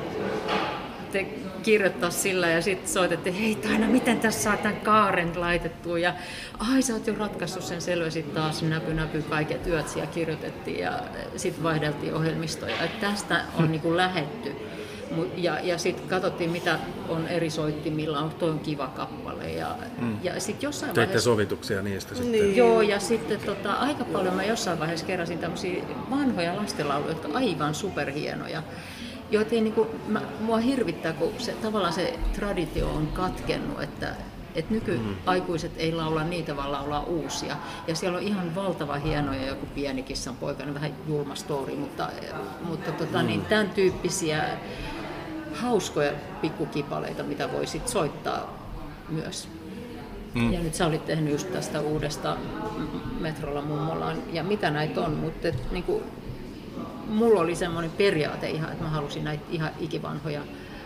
te kirjoittaa sillä ja sitten soitettiin, hei Taina, miten tässä saa tämän kaaren laitettua ja ai sä oot jo ratkaissut sen, selvä, sitten taas näpy näpy kaiket yöt siellä kirjoitettiin ja sitten vaihdeltiin ohjelmistoja. Et tästä on niinku lähetty ja, ja sitten katsottiin mitä on eri soittimilla, on toi on kiva kappale ja, mm. ja sitten jossain Teitte vaiheessa... sovituksia niistä sitten. Niin. Joo, ja sitten tota, aika paljon mä jossain vaiheessa keräsin tämmöisiä vanhoja lastenlauluja, jotka on aivan superhienoja. Joita ei, niin kuin, mä, mua hirvittää, kun se, tavallaan se traditio on katkennut, että et nykyaikuiset ei laula niitä, vaan laulaa uusia. Ja siellä on ihan valtava hienoja, joku pieni kissan poika, niin vähän julma story, mutta, mutta tota, mm. niin, tämän tyyppisiä hauskoja pikkukipaleita, mitä voi sit soittaa myös. Mm. Ja nyt sä olit tehnyt just tästä uudesta Metrolla mummolaan, ja mitä näitä on, mutta et, niin kuin, mulla oli semmoinen periaate ihan, että mä halusin näitä ihan ikivanhoja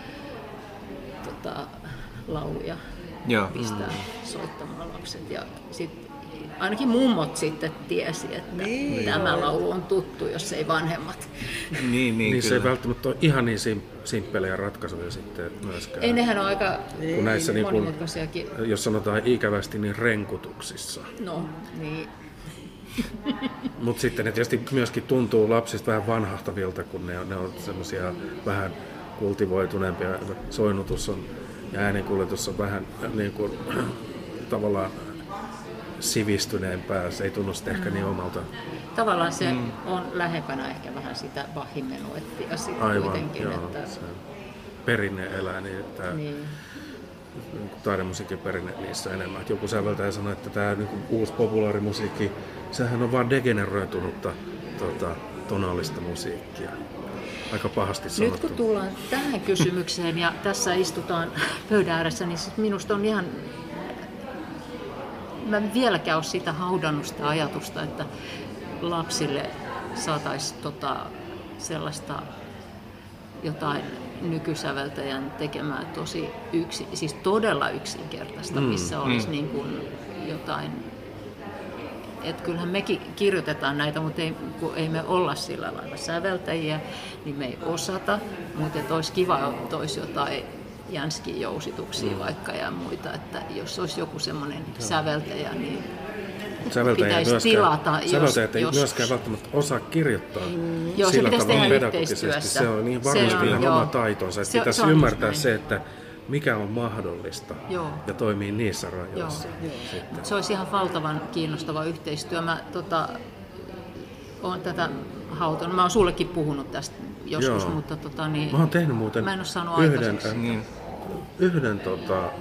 tota, lauluja Joo. pistää mm. soittamaan lapset. Ja sit, ainakin mummot sitten tiesi, että Niin, tämä joo. laulu on tuttu, jos ei vanhemmat. Niin, niin, Niissä kyllä. ei välttämättä ole ihan niin sim- simppelejä ratkaisuja sitten myöskään. Ei, nehän on aika kun näissä niin kuin, monimutkaisiakin. jos sanotaan ikävästi, niin renkutuksissa. No, niin. Mutta sitten ne tietysti myöskin tuntuu lapsista vähän vanhahtavilta, kun ne on, ne on semmoisia vähän kultivoituneempia. Soinnutus on, ja äänenkuljetus on vähän niin kuin, tavallaan sivistyneempää. Se ei tunnu sitten ehkä niin omalta. Tavallaan se mm. on lähempänä ehkä vähän sitä Bachin menuettia sitten Aivan, kuitenkin. joo. Että, Se perinne elää, niin tämä niin. taidemusiikin perinne niissä enemmän. Et joku säveltäjä sanoi, että tämä niin uusi populaarimusiikki, sehän on vaan degeneroitunutta tota, tonaalista musiikkia. Aika pahasti sanottu. Nyt kun tullaan tähän kysymykseen ja tässä istutaan pöydän ääressä, niin sit minusta on ihan... Mä en vieläkään ole sitä haudannut sitä ajatusta, että lapsille saataisiin tota sellaista jotain nykysäveltäjän tekemään tosi yksi, siis todella yksinkertaista, Mm, missä olisi mm. niin kuin jotain, että kyllähän mekin kirjoitetaan näitä, mutta ei, kun ei me olla sillä lailla säveltäjiä, niin me ei osata, mutta että olisi kiva, että olisi jotain Jänskin jousituksia mm. vaikka ja muita, että jos olisi joku semmoinen säveltäjä, niin Säveltäjät ei pitäisi tilata, jos- säveltäjät ei jos- myöskään välttämättä osaa kirjoittaa Joo, se sillä pitäisi tavalla tehdä pedagogisesti. yhteistyössä. Se on niin Se varmasti on, ihan joo. oma taitonsa. Että Se- pitäisi se on just ymmärtää näin. se, että mikä on mahdollista Joo. ja toimii niissä rajoissa. Joo. Sitten. Se olisi ihan valtavan kiinnostava yhteistyö. Mä tota, olen tätä hautonut. Mä oon sullekin puhunut tästä joskus, Joo. mutta tota, niin, Mä oon tehnyt muuten mä en ole saanut yhden, aikaiseksi. äh, Niin. yhden tota, äh,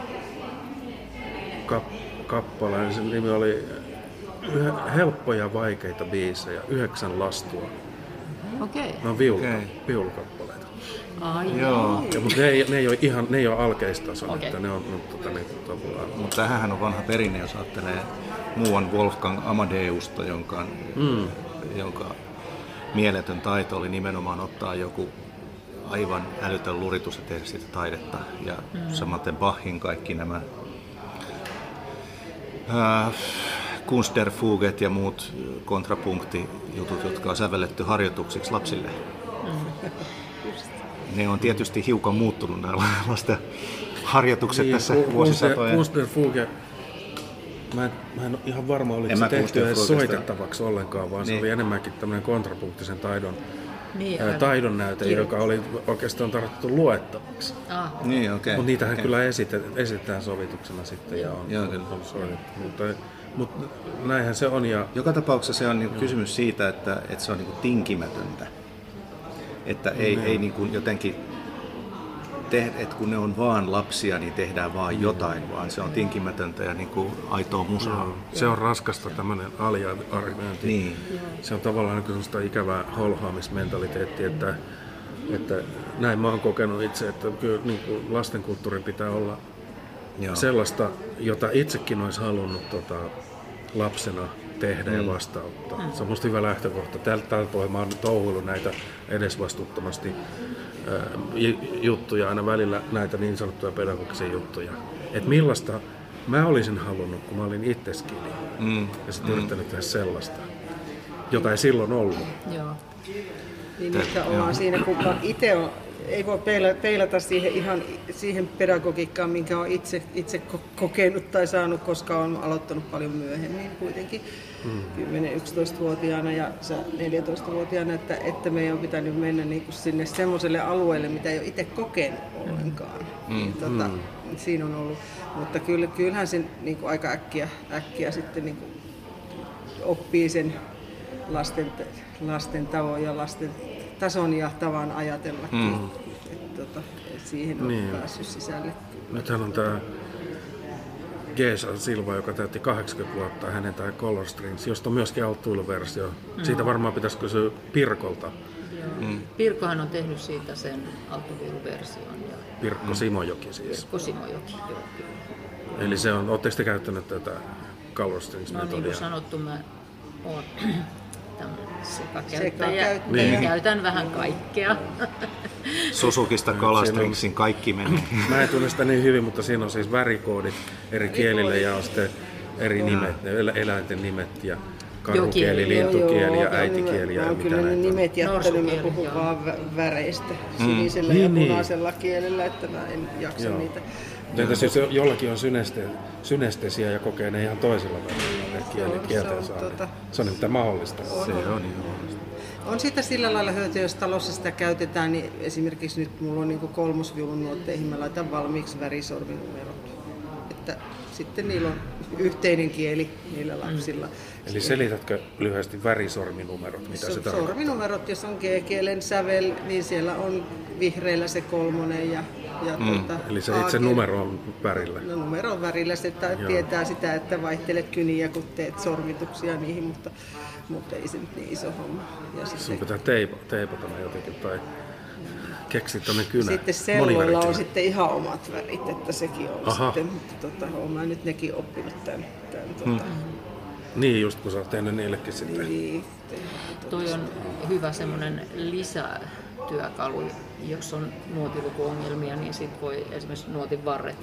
kap, kappaleen. Sen nimi oli yhä, helppoja vaikeita biisejä, yhdeksän lastua. Okei. Ne on viulu, Okei. viulukappaleita. Ai, Joo. Ja, mutta ne ei, ne ei ole ihan ne ei ole alkeistason, Okei. että ne on no, tota, niin, tavallaan. Mutta tämähän on vanha perinne, jos ajattelee muuan Wolfgang Amadeusta, jonka, mm. jonka mieletön taito oli nimenomaan ottaa joku aivan älytön luritus ja tehdä siitä taidetta. Ja mm. samaten Bachin kaikki nämä äh, Kunstnerfuget ja muut kontrapunktijutut, jotka on sävelletty harjoituksiksi lapsille. Mm. Ne on tietysti hiukan muuttunut nämä lasten harjoitukset niin, tässä vuosisatojen. Kunstnerfuge, mä en, mä en ole ihan varma, oliko se tehty edes soitettavaksi ollenkaan, vaan niin. Se oli enemmänkin tämmöinen kontrapunktisen taidon, niin, ää, taidon näyte, kirjoitus. Joka oli oikeastaan tarkoitettu luettavaksi. Ah. Niin, okay. Mutta niitähän okay. kyllä esitetään, esitetään sovituksena sitten ja on, Joo, on, on soitettu. Mutta, mutta näinhän se on. Ja joka tapauksessa se on niin kysymys siitä, että, että se on niin tinkimätöntä. Että ei, ei niin kuin jotenkin, te, että kun ne on vaan lapsia, niin tehdään vaan jotain, vaan se on tinkimätöntä ja niin kuin aitoa musaa. Joo, se on raskasta tämmöinen aliarviointi. Niin. Se on tavallaan niin sellaista ikävää holhoamismentaliteettia, että, että näin mä oon kokenut itse, että kyllä niin kuin lastenkulttuurin pitää olla Joo. sellaista, jota itsekin olisi halunnut tota, lapsena tehdä mm. ja vastauttaa. Mm. Se on musta hyvä lähtökohta. Tällä, tällä pohjalla mä oon touhuillut näitä edesvastuuttomasti ää, juttuja, aina välillä näitä niin sanottuja pedagogisia juttuja. Että millaista mä olisin halunnut, kun mä olin itse skidi. Mm. Ja sitten mm. yrittänyt tehdä sellaista, jota ei silloin ollut. Joo. Niin nyt ollaan siinä, kun itse on, ei voi peilata siihen ihan siihen pedagogiikkaan, minkä on itse, itse kokenut tai saanut, koska on aloittanut paljon myöhemmin kuitenkin mm. kymmenen-yksitoistavuotiaana ja neljätoistavuotiaana, että, että meidän on pitänyt mennä niin kuin sinne semmoiselle alueelle, mitä ei ole itse kokenut ollenkaan. Mm. Niin, tota, mm. Siinä on ollut, mutta kyllä, kyllähän se niin kuin aika äkkiä, äkkiä sitten niin kuin oppii sen lasten, lasten tavoin ja lasten tason ja tavan ajatellakin. Mm. Et, tota, et siihen on niin. päässyt sisälle. Nythän on tämä Gesa Silva, joka täytti kahdeksankymmentä vuotta, hänen tämä Color Strings, josta on myöskin autoiluversio. Mm. Siitä varmaan pitäisi kysyä Pirkolta. Mm. Pirkkohan on tehnyt siitä sen autoiluversion. Ja... Pirkko Simojoki siis. Pirkko Simojoki, joo. Eli se on, ootteko te käyttänyt tätä Color Strings-metodia? No niin kuin sanottu, mä oon sekakäyttäjä. Sekakäyttäjä. Niin. Käytän vähän kaikkea. Suzukista Color Stringsin kaikki menee. Mä en tunne sitä niin hyvin, mutta siinä on siis värikoodit eri kielille ja on sitten eri nimet, eläinten nimet ja karhukieli, lintukieli ja äitikieli ja mitä näitä on. Nimet jättänyt, mä puhun vaan väreistä sinisellä mm. ja niin, punaisella niin. kielellä, että mä en jaksa joo. niitä. Entäs jos jollakin on syneste, synestesia ja kokee ne ihan toisella välillä kieli, kielten saa, tota, se on nimittäin mahdollista. On, se on ihan mahdollista. On siitä sillä lailla hyötyä, jos talossa sitä käytetään, niin esimerkiksi nyt mulla on niin kolmosviulun nuotteihin, mä laitan valmiiksi värisorminumerot. Että sitten niillä on yhteinen kieli niillä lapsilla. Mm. Eli selitätkö lyhyesti värisorminumerot, mitä se, se tarkoittaa? Sorminumerot, jos on G-kielen sävel, niin siellä on vihreillä se kolmonen ja Ja mm. tuota, eli se itse numero on värillä? No numero on värillä, se tietää sitä, että vaihtelet kyniä, kun teet sormituksia niihin, mutta, mutta ei se nyt niin iso homma. Ja sun sitten, pitää teipa, teipata ne jotenkin tai keksiä tuonne kynä. Sitten selloilla on sitten ihan omat värit, että sekin on Aha. sitten, mutta tota, olen mä nyt nekin oppinut tämän. tämän tuota. hmm. Niin, just kun sä oot tehnyt niillekin sitten. Niin, toi on hyvä semmoinen lisätyökalu. Jos on nuotilukuongelmia, niin sit voi esimerkiksi nuotin varret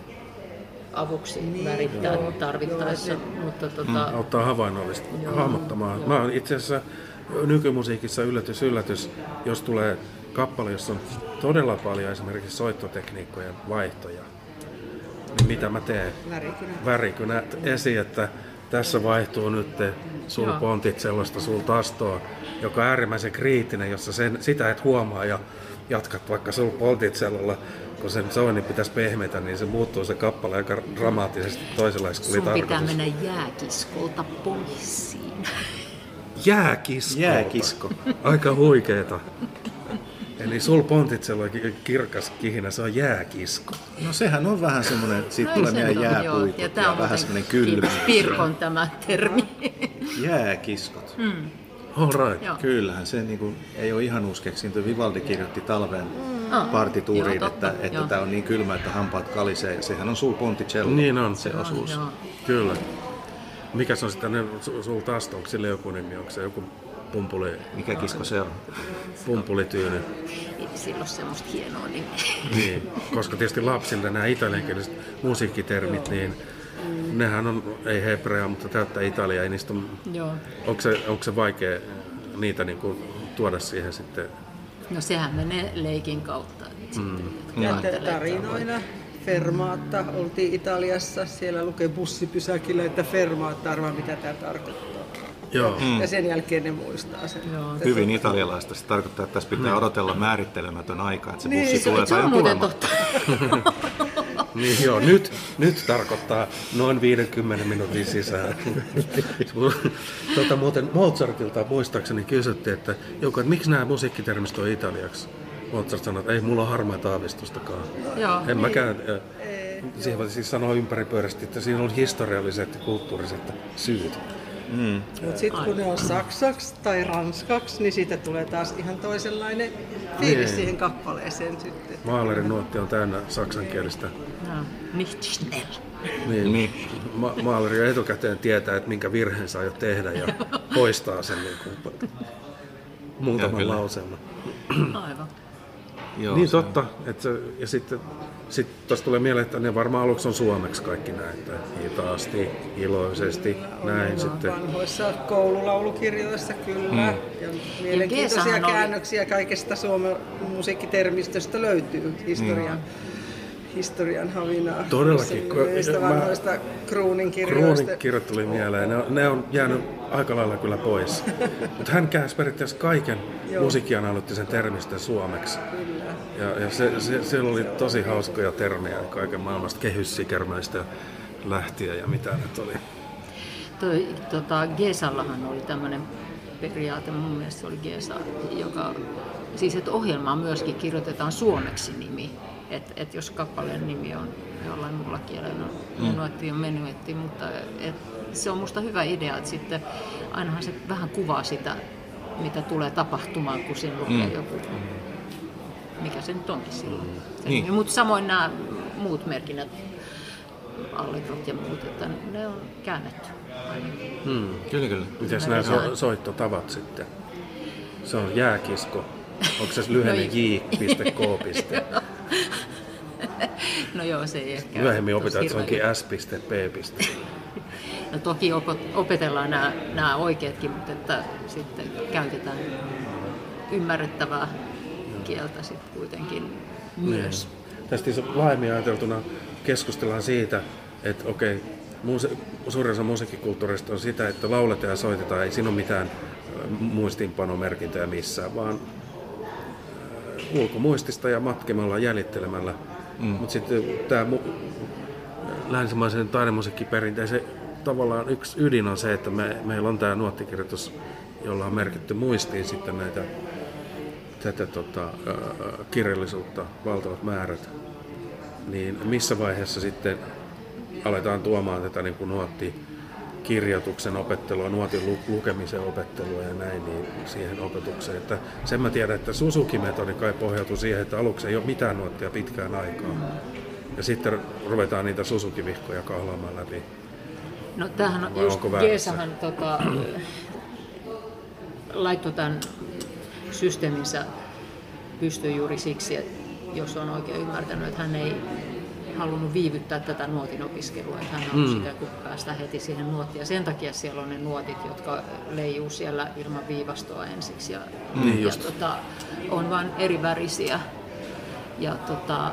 avuksi niin, värittää joo, tarvittaessa. Joo, mutta, tota... mm, auttaa havainnollista hahmottamaan. Mä oon itse asiassa nykymusiikissa yllätys, yllätys, jos tulee kappale, jossa on todella paljon esimerkiksi soittotekniikkojen vaihtoja. Niin mitä mä teen? Värikynät. Värikynät esiin, että tässä vaihtuu nyt sul pontit sellaista sul tastoa, joka on äärimmäisen kriittinen, jossa sen, sitä et huomaa ja jatkat vaikka sul poltitselolla, kun sen soinnin pitäisi pehmetä, niin se muuttuu se kappale aika dramaattisesti toisenlaista kuin oli tarkoitus. Sun pitää mennä jääkiskolta pois siinä. Jääkiskolta? Jääkisko. Aika huikeeta. Eli sul pontitselo kirkas kihinä, se on jääkisko. No sehän on vähän semmoinen, että siitä no, tulee meidän jääpuikot ja, ja vähän semmoinen kylmä. Pirkon tämä termi. Jääkiskot. Mm. All right. Kyllähän se niin kuin, ei ole ihan uusi keksintö. Vivaldi kirjoitti talven, mm. Ah, partituuriin, joo, totta, että, että joo. tämä on niin kylmä, että hampaat kalisee. Ja sehän on sul ponticello, Niin on. se osuus. Joo. Kyllä. Mikäs on sitten su- sul taas, onko sille joku nimi, onko se joku pumpuli, Mikä kisko se on? pumpulityyny? Ei sillä ole semmoista hienoa nimeä. Niin, koska tietysti lapsille nämä italiankieliset musiikkitermit, niin nehän on, ei hebrea, mutta täyttä italiaa, ei niistä on, Joo. onko se, onko se vaikea niitä niin kuin tuoda siihen sitten? No sehän menee leikin kautta. Mm. Ja tarinoina. Fermaatta, oltiin Italiassa, siellä lukee bussipysäkillä, että Fermaatta, arvaa mitä tämä tarkoittaa. Joo. Mm. Ja sen jälkeen ne muistaa sen. Joo. Hyvin italialaista. Se tarkoittaa, että tässä pitää odotella määrittelemätön aika, että se Niin, bussi se- tulee Se tai on on muuten tulemaan. totta. Niin joo, nyt, nyt tarkoittaa noin viidenkymmenen minuutin sisään. tota, muuten Mozartilta muistaakseni kysyttiin, että, joku, että miksi nämä musiikkitermistä on italiaksi. Mozart sanoi, että ei mulla ole harmaita aavistustakaan. Joo. En mäkään. äh, Siihen voi siis sanoa ympäripyörästi, että siinä on historialliset ja kulttuuriset syyt. Mm. Mutta sitten kun ne on saksaksi tai ranskaksi, niin siitä tulee taas ihan toisenlainen fiilis Niin. siihen kappaleeseen sitten. Maalerin nuotti on täynnä saksankielistä. No, nicht schnell. Niin. Niin. Ma- maaleri jo etukäteen tietää, että minkä virheen saa jo tehdä ja poistaa sen niin kuin muutaman kyllä. lauseella. Aivan. Joo, Niin se- totta. Että se, ja sitten sit tuossa tulee mieleen, että ne varmaan aluksi on suomeksi kaikki näin, että hitaasti, iloisesti, näin On sitten. vanhoissa koululaulukirjoissa kyllä. Mm. Ja mielenkiintoisia Geesahan oli- käännöksiä kaikesta Suomen musiikkitermistöstä löytyy historian, historian havinaa. Todellakin. Niistä Mä- vanhoista Kruunin kirjoista. Kruunin kirjat tuli mieleen. Ne on, ne on jäänyt aika lailla kyllä pois. Mutta hän käänsi periaatteessa kaiken Joo. musiikkianalyyttisen termistön suomeksi. Kyllä. Ja, ja se, se, siellä oli tosi hauskoja termejä kaiken maailmasta kehyssikermäistä lähtien ja mitä nyt oli. Toi, tota, Geesallahan oli tämmöinen periaate, mun mielestä se oli Geesa, joka, siis että ohjelmaan myöskin kirjoitetaan suomeksi nimi. Että et jos kappaleen nimi on jollain muulla kielellä, no menuetti on menuetti, mutta et, se on musta hyvä idea, että sitten ainahan se vähän kuvaa sitä, mitä tulee tapahtumaan, kun siinä lukee Mm. joku, mikä se nyt onkin silloin. Se Niin. nimi. Mutta samoin nämä muut merkinnät, allegrot ja muut, että ne on käännetty. Hmm. Kyllä, kyllä. Mites Mä nämä lisään. so, soittotavat sitten? Se on jääkisko. Onko se lyhenne No j piste k piste? No joo, se ei ehkä... Myöhemmin opitaan, että se hirveän- onkin s piste p piste. No toki opo- opetellaan nämä, nämä oikeatkin, mutta että sitten käytetään ymmärrettävää kieltä sitten kuitenkin myös. Tästä iso- laajemmin ajateltuna keskustellaan siitä, että okei, muse- suurin osa musiikkikulttuurista on sitä, että lauletaan ja soitetaan, ei siinä ole mitään äh, muistiinpanomerkintöjä missään, vaan äh, ulkomuistista ja matkimalla, jäljittelemällä. Mm. Mutta sitten tämä mu- länsimaisen taidemusiikkiperinteen tavallaan yksi ydin on se, että me, meillä on tämä nuottikirjoitus, jolla on merkitty muistiin sitten näitä tätä tota, ää, kirjallisuutta, valtavat määrät, niin missä vaiheessa sitten aletaan tuomaan tätä niin kuin nuottikirjoituksen opettelua, nuotin lu- lukemisen opettelua ja näin niin siihen opetukseen. Että sen mä tiedän, että Suzuki-metodi kai pohjautuu siihen, että aluksi ei ole mitään nuottia pitkään aikaa. Ja sitten ruvetaan niitä Suzuki-vihkoja kahlaamaan läpi. No tämähän on Vai just, onko väärässä? Geesahan tota, laittoi tämän systeeminsä pystyyn juuri siksi, että jos on oikein ymmärtänyt, että hän ei halunnut viivyttää tätä nuotin opiskelua, että hän halusi mm. sitä, kun päästä heti siihen nuottiin. Ja sen takia siellä on ne nuotit, jotka leijuu siellä ilman viivastoa ensiksi. Ja, Niin ja just. tota, on vain eri värisiä. Ja tota,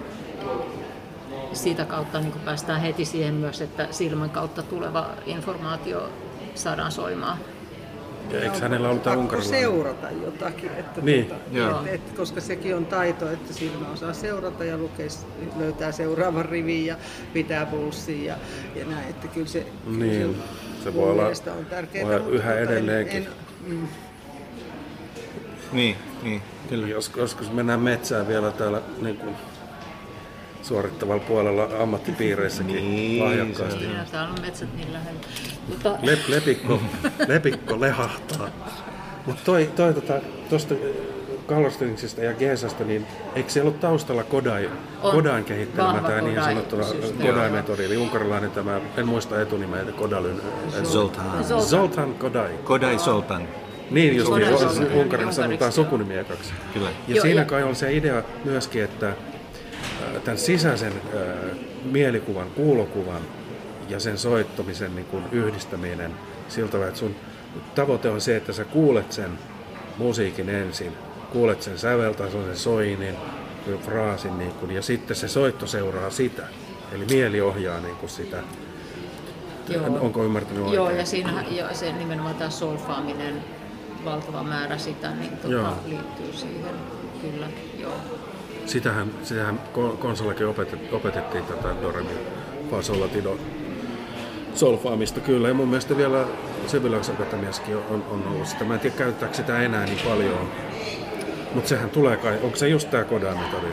siitä kautta niin kuin päästään heti siihen myös, että silmän kautta tuleva informaatio saadaan soimaan. Ja eikö hänellä ollut tämä Pakko unkarilainen? seurata jotakin, että Niin. tuota, Joo. et, et, koska sekin on taito, että silmä osaa seurata ja lukee, löytää seuraavan rivin ja pitää pulssin ja, ja näin, että kyllä se, kyllä Niin, se mun voi olla- mielestä on tärkeää. voi olla mutta yhä tota, en- edelleenkin. en- mm, Niin, niin. Kyllä. Jos, joskus mennään metsään vielä täällä niin kuin suorittavalla puolella ammattipiireissäkin Niin, lahjakkaasti. Siinä täällä on metsät niin lähellä. Mutta, Lep, lepikko, lepikko lehahtaa. Mutta toi, toi tota, tosta Colorstingsista ja Gesasta, niin eikö siellä ole taustalla Kodai, Kodain kehittelemä tämä niin sanottu Kodai-metodi, eli unkarilainen tämä, en muista etunimeä, Kodalyn. Zoltan. Zoltan Kodai. Kodai Zoltan. Niin, just Kodai niin, Zoltan. Unkarin sanotaan sukunimi ekaksi. Kyllä. Ja Joo, siinä ja- kai on se idea myöskin, että tämän sisäisen äh, mielikuvan, kuulokuvan ja sen soittamisen niin kuin yhdistäminen sillä tavalla, että sun tavoite on se, että sä kuulet sen musiikin ensin, kuulet sen säveltason, sen soinin, fraasin niin kuin, ja sitten se soitto seuraa sitä. Eli mieli ohjaa niin kuin sitä. Joo. Onko ymmärtänyt oikein? Joo, ja siinähän jo, se nimenomaan tämä solfaaminen, valtava määrä sitä, niin Joo. tota, liittyy siihen. Kyllä, joo. Sitähän, sitähän ko- konsollakin opetet, opetettiin tätä do, re, mi, fa, sol, la, ti, do solfaamista kyllä. Ja mun mielestä vielä Sibelius-akatemiassakin on, on ollut sitä. Mä en tiedä, käytetäänkö sitä enää niin paljon. Mutta sehän tulee kai, onko se just tää Kodain-metodi?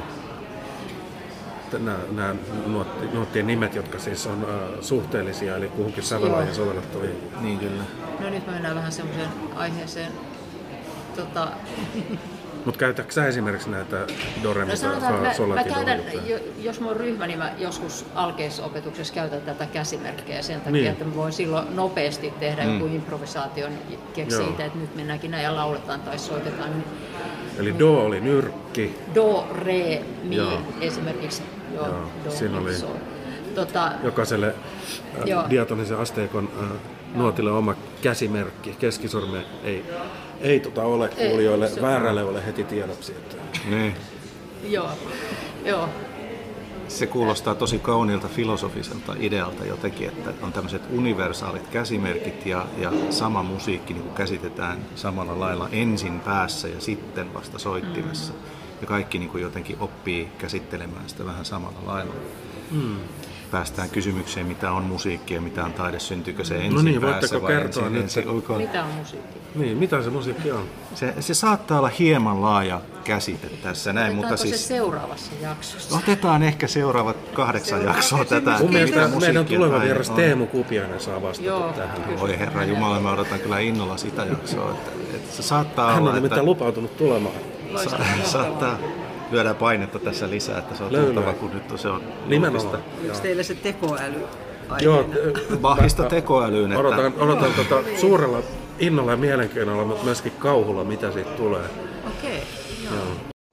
Nämä nuotti, nuottien nimet, jotka siis on äh, suhteellisia, eli kuhunkin sävellajien sovellettavia. Niin kyllä. No nyt me mennään vähän semmoiseen aiheeseen. Tota, Mutta käytätkö sä esimerkiksi näitä do, re, mi, no sanotaan, fa, että sol, mä, la, mä ti, do käytän, juttuja? jo- jos mulla on ryhmä, niin mä joskus alkeisopetuksessa käytän tätä käsimerkkiä sen takia, Niin. että mä voin silloin nopeasti tehdä mm. joku improvisaation, keksiä Joo. itse, että nyt mennäänkin näin ja lauletaan tai soitetaan. Eli do oli nyrkki. Do, re, mi Joo. esimerkiksi. Joo, Joo, do, siinä mi, oli- sol. Tota, Jokaiselle Joo. äh, diatonisen asteikon äh, nuotille oma käsimerkki. Keskisorme ei, ei tota ole Ei, kuulijoille, se on- väärälle ole heti tiedoksi. Että... Niin. joo, joo. Se kuulostaa tosi kauniilta filosofiselta idealta jotenkin, että on tämmöiset universaalit käsimerkit ja, ja sama musiikki niin kuin käsitetään samalla lailla ensin päässä ja sitten vasta soittimessa. Mm. Ja kaikki niin kuin jotenkin oppii käsittelemään sitä vähän samalla lailla. Mm. Päästään kysymykseen, mitä on musiikki ja mitä on taide, syntyykö se ensin No niin, päässä voitteko vai kertoa ensin, nyt? ensin ulkoa? Mitä on musiikki? Niin, mitä se musiikki on? Se, se saattaa olla hieman laaja käsite tässä näin, mutta Otetaanko siis... se seuraavassa jaksossa? Otetaan ehkä seuraavat kahdeksan Seuraava jaksoa kysymys. tätä. Mun mielestä musiikkia meidän tuleva tai vieras on. Teemu Kupiainen saa vastata Joo, tähän. kyllä. Voi herra Jumala, mä odotan kyllä innolla sitä jaksoa. Että, että se saattaa Hän olla, on nimittäin että lupautunut tulemaan. Loistavaa. sa- saattaa lyödä painetta tässä lisää, että se on Löylää. tultava, kun nyt se on Nimenomaan. Onko teillä se tekoäly Joo, aiheena? Bachista tekoälyyn. Että Odotan, odotan tota suurella innolla ja mielenkiinnolla, mutta myöskin kauhulla, mitä siitä tulee. Okei, joo. Joo.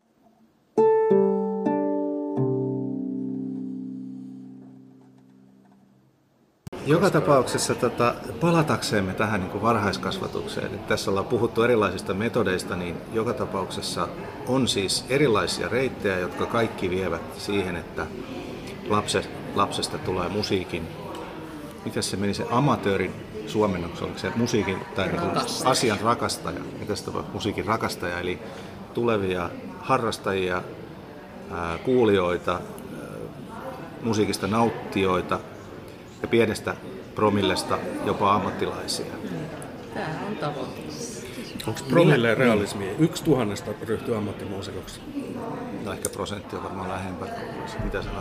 joka tapauksessa tota, palataksemme tähän niin kuin varhaiskasvatukseen, että tässä ollaan puhuttu erilaisista metodeista, niin joka tapauksessa on siis erilaisia reittejä, jotka kaikki vievät siihen, että lapse, lapsesta tulee musiikin, miten se meni se amatöörin suomennoksi, oliko se musiikin tai niin kuin asian rakastaja, mitä se tapahtuu, musiikin rakastaja, eli tulevia harrastajia, ää, kuulijoita, ää, musiikista nauttijoita, ja pienestä promillesta jopa ammattilaisia. Tämä on tavoite. Onko promille realismia? Yksi tuhannesta ryhtyy ammattimuusikoksi. No ehkä prosentti on varmaan lähempänä. Mitä sanot?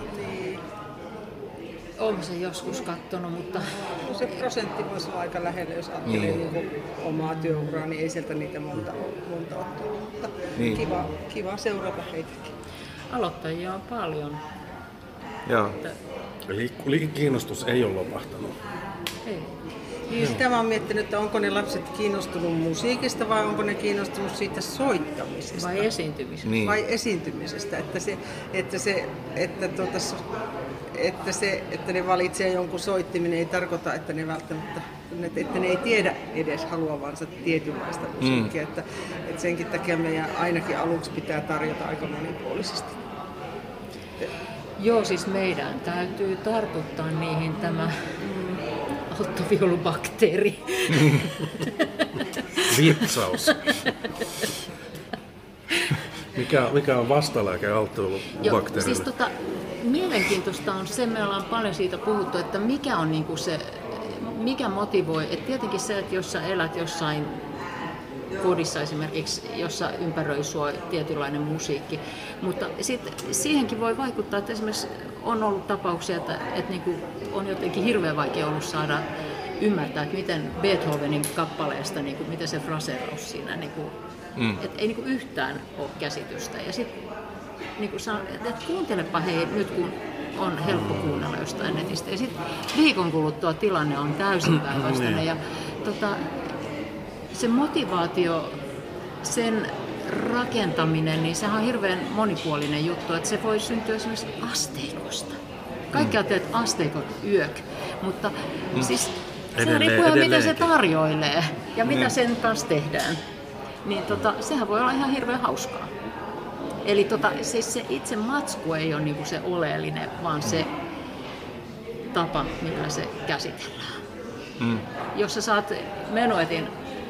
Olen sen joskus katsonut, mutta No se prosentti voisi olla aika lähellä, jos ajattelee Niin. niin. niin omaa työuraa, niin ei sieltä niitä monta, monta ole tullut. Mutta Niin. kiva, kiva seurata heitäkin. aloittajia on paljon. Joo. Eli li- kiinnostus ei ole lopahtanut. Ei. Niin sitä mä oon miettinyt, että onko ne lapset kiinnostunut musiikista vai onko ne kiinnostunut siitä soittamisesta Vai esiintymisestä. Niin. vai esiintymisestä. Että, se, että, se, että, tuota, että, se, että ne valitsee jonkun soittiminen ei tarkoita, että ne välttämättä että ne ei tiedä edes haluavansa tietynlaista musiikkia. Mm. Että, että senkin takia meidän ainakin aluksi pitää tarjota aika monipuolisesti. Joo, siis meidän täytyy tartuttaa niihin tämä alttoviulubakteeri. Vitsaus. Mikä, mikä on vastalääke Joo, alttoilubakteerille? siis tota, mielenkiintoista on se, me ollaan paljon siitä puhuttu, että mikä on niinku se, mikä motivoi. Et tietenkin se, että jos sä elät jossain kodissa esimerkiksi, jossa ympäröi sua tietynlainen musiikki, mutta sit siihenkin voi vaikuttaa, että esimerkiksi on ollut tapauksia, että, että niinku on jotenkin hirveän vaikea ollut saada ymmärtää, että miten Beethovenin kappaleesta, niinku, miten se fraseeraus siinä niinku Mm. Että ei niinku yhtään ole käsitystä. Ja sit niinku sanon, että et kuuntelepa hei nyt kun on helppo kuunnella jostain netistä. Ja sitten viikon kuluttua tilanne on täysin päinvastainen. Ja tota, se motivaatio, sen rakentaminen, niin sehän on hirveän monipuolinen juttu. Että se voi syntyä esimerkiksi asteikosta. Kaikki ajattelee, että asteikot yök. Mutta mm. siis se riippuu, mitä se tarjoilee ja mitä mm. sen kanssa tehdään. Niin tota, sehän voi olla ihan hirveän hauskaa. Eli tota, siis se itse matsku ei ole niinku se oleellinen, vaan se tapa, millä se käsitellään. Mm. Jos sä saat Menuetin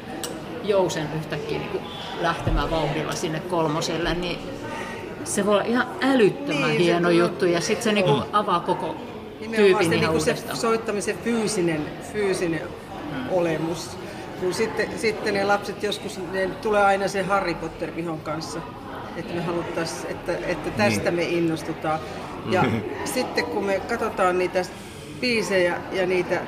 jousen yhtäkkiä niinku lähtemään vauhdilla sinne kolmoselle, niin se voi olla ihan älyttömän niin, hieno juttu ja sitten se niinku mm. avaa koko tyypin ihan niinku se uudestaan. Soittamisen fyysinen, fyysinen mm. olemus. Kun sitten, sitten ne lapset joskus, ne tulee aina se Harry Potter-vihon kanssa. Että me haluttaisiin, että, että tästä me innostutaan. Ja sitten kun me katsotaan niitä biisejä ja niitä,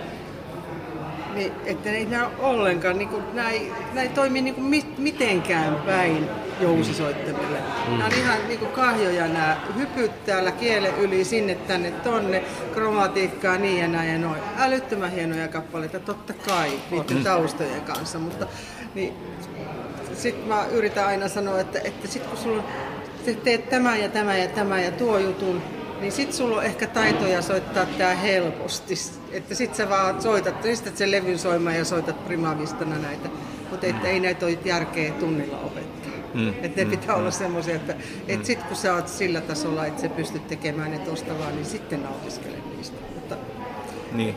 niin että ne ei näy ollenkaan, niin kuin, nämä, ei, nämä ei toimi niin kuin mitenkään päin jousisoittamille. Nämä on ihan niin kuin kahjoja nämä hypyt täällä kielen yli sinne tänne tonne, kromatiikkaa niin ja näin ja noin. Älyttömän hienoja kappaleita totta kai niiden taustojen kanssa, mutta niin, sitten mä yritän aina sanoa, että, että sit kun sulla teet tämän ja tämän ja tämän ja tuo jutun, niin sit sulla on ehkä taitoja soittaa tää helposti. Että sit sä vaan soitat, pistät sen levyn soimaan ja soitat primavistana näitä. Mutta että ei näitä ole järkeä tunnilla opettaa. Mm. Että ne mm. pitää mm. olla semmoisia, että et sit kun sä oot sillä tasolla, että sä pystyt tekemään ne tosta vaan, niin sitten nautiskele niistä. Mutta, niin.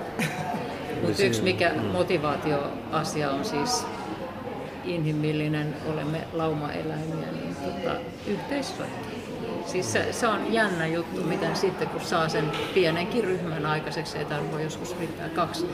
Mutta yksi mikä motivaatioasia on siis inhimillinen, olemme laumaeläimiä, niin tota, yhteissoitto. Siis se, se on jännä juttu, miten sitten kun saa sen pienenkin ryhmän aikaiseksi, ei tarvitse joskus riittää kaksi,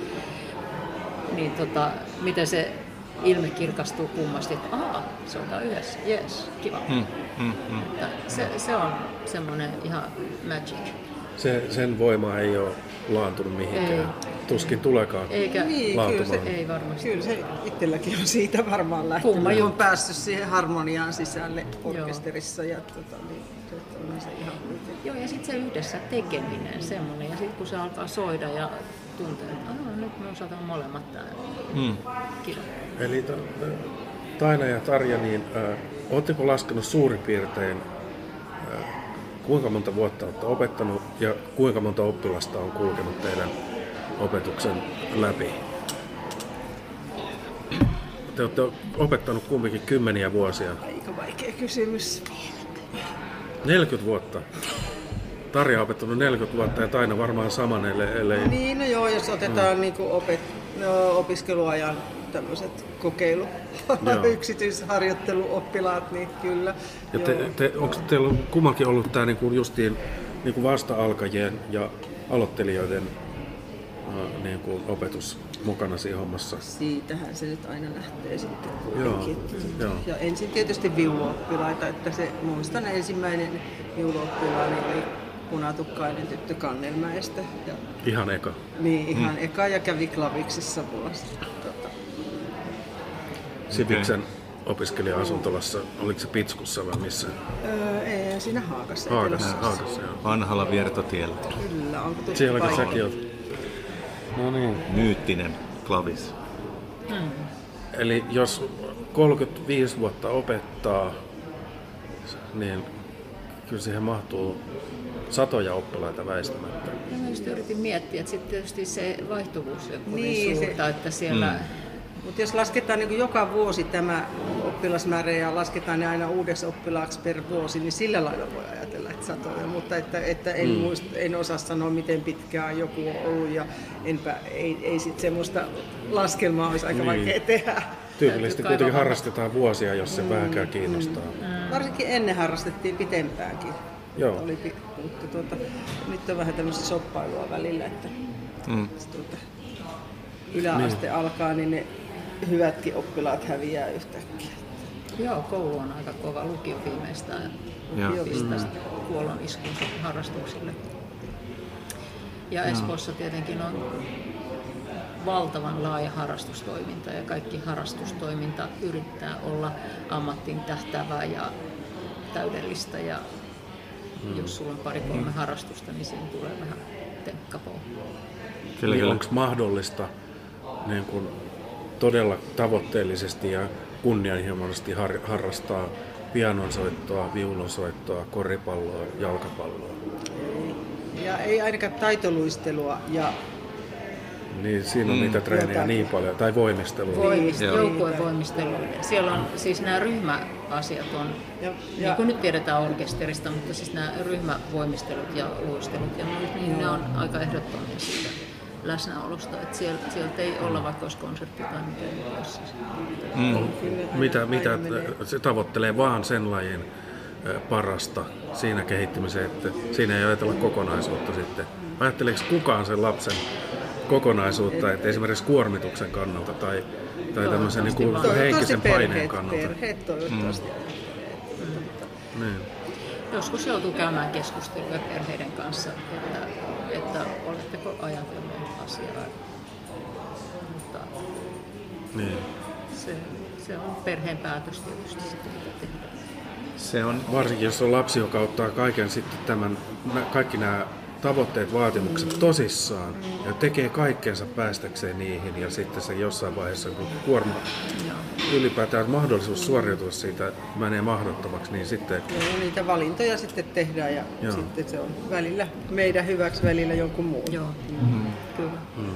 niin tota, miten se ilme kirkastuu kummasti, että aah, soitaan yhdessä, jes, kiva. Mm, mm, mm. Se, se on semmoinen ihan magic. Se, sen voima ei ole laantunut mihinkään. Ei. Tuskin tulekaan Eikä, niin, kyllä se, ei varmasti. Kyllä se itselläkin on siitä varmaan lähtenyt. Kumma on päässyt siihen harmoniaan sisälle orkesterissa. Ja, tota, niin, se, se ihan Joo, ja sitten se yhdessä tekeminen semmoinen. Ja sitten kun se alkaa soida ja tuntea, että nyt me osataan molemmat täällä. Mm. Kiva. Eli Taina ja Tarja, niin äh, oletteko laskenut suurin piirtein äh, kuinka monta vuotta olette opettanut ja kuinka monta oppilasta on kulkenut teidän opetuksen läpi? Te olette opettanut kumminkin kymmeniä vuosia. Aika vaikea kysymys. neljäkymmentä vuotta. Tarja on opettanut neljäkymmentä vuotta ja Taina varmaan saman, ellei... Niin, no joo, jos otetaan mm. niinku opet, no, opiskeluajan tämmöiset kokeilu, yksityisharjoitteluoppilaat, niin kyllä. Ja te, te, onko teillä kummankin ollut tämä niinku justiin niinku vasta-alkajien ja aloittelijoiden uh, niinku opetus mukana siinä hommassa? Siitähän se nyt aina lähtee sitten joo, kuitenkin. joo. Ja ensin tietysti viuluoppilaita, että se muistan ensimmäinen viuluoppilaani oli Punatukkainen tyttö Kannelmäestä. Ja ihan eka? Niin, ihan mm. eka ja kävi klaviksissa vuosi. Tota. Siviksen opiskelija-asuntolassa, oliko se Pitskussa vai missä? Öö, ei, siinä Haagassa. Haagassa, Haagassa joo. Vanhalla Viertotiellä. Kyllä, onko tuttu sielläkin säkin olet. No niin. Myyttinen klavis. Hmm. Eli jos kolmekymmentäviisi vuotta opettaa, niin kyllä siihen mahtuu satoja oppilaita väistämättä. Ja mä just yritin miettiä, että sitten tietysti se vaihtuvuus on niin suurta, se, että siellä... Mm. Mutta jos lasketaan niin joka vuosi tämä oppilasmäärä ja lasketaan ne aina uudeksi oppilaaksi per vuosi, niin sillä lailla voi ajatella, että satoja. Mutta että, että en, mm. muist, en osaa sanoa, miten pitkään joku on ollut ja enpä, ei, ei sitten semmoista laskelmaa olisi aika niin vaikea tehdä. Tyypillisesti kuitenkin harrastetaan vuosia, jos se mm. vähänkään kiinnostaa. Mm. Varsinkin ennen harrastettiin pitempäänkin. Joo. Oli, mutta tuota, nyt on vähän tämmöistä shoppailua välillä, että mm. tuota, yläaste niin alkaa, niin ne hyvätkin oppilaat häviää yhtäkkiä. Joo, koulu on aika kova, lukio viimeistään. Lukio pistää mm. kuolon iskunsa harrastuksille. Ja Espoossa tietenkin on valtavan laaja harrastustoiminta ja kaikki harrastustoiminta yrittää olla ammattiin tähtäävää ja täydellistä. Ja mm. jos sulla on pari-kolme harrastusta, niin siinä tulee vähän tenkkapoa. Niin onko mahdollista niin kun todella tavoitteellisesti ja kunnianhimoisesti har- harrastaa pianonsoittoa, viulunsoittoa, koripalloa, jalkapalloa? Ja ei ainakaan taitoluistelua ja niin siinä on mm. niitä treenejä jotain niin paljon, tai voimistelua. Voimist- joukkueen voimistelu. Siellä on siis nämä ryhmäasiat on, ja, niin ja, kuin nyt tiedetään orkesterista, mutta siis nämä ryhmävoimistelut ja luistelut, ja niin ne on aika ehdottomia siitä läsnäolosta, että sieltä, sieltä ei olla vaikka olisi konsertti tai mitään pois. Mm. Mitä, mitä se tavoittelee vaan sen lajin parasta siinä kehittymiseen, että siinä ei ajatella kokonaisuutta sitten. Ajatteleeko kukaan sen lapsen kokonaisuutta, että esimerkiksi kuormituksen kannalta tai, tai tämmöisen niin kuin henkisen paineen perheet, kannalta? Perheet toivottavasti. Mm. Niin. Joskus joutuu käymään keskusteluja perheiden kanssa, että, että oletteko ajatelleet asiaa. Mutta niin. se, se on perheen päätös tietysti sitten, mitä tehdään. Se on, varsinkin jos on lapsi, joka ottaa kaiken sitten tämän, kaikki nämä tavoitteet, vaatimukset mm. tosissaan ja tekee kaikkeensa päästäkseen niihin ja sitten se jossain vaiheessa, kun kuorma ja ylipäätään mahdollisuus suoriutua siitä menee mahdottomaksi, niin sitten ja niitä valintoja sitten tehdään ja joo, sitten se on välillä meidän hyväksi, välillä jonkun muun. Joo, mm. kyllä. Mm.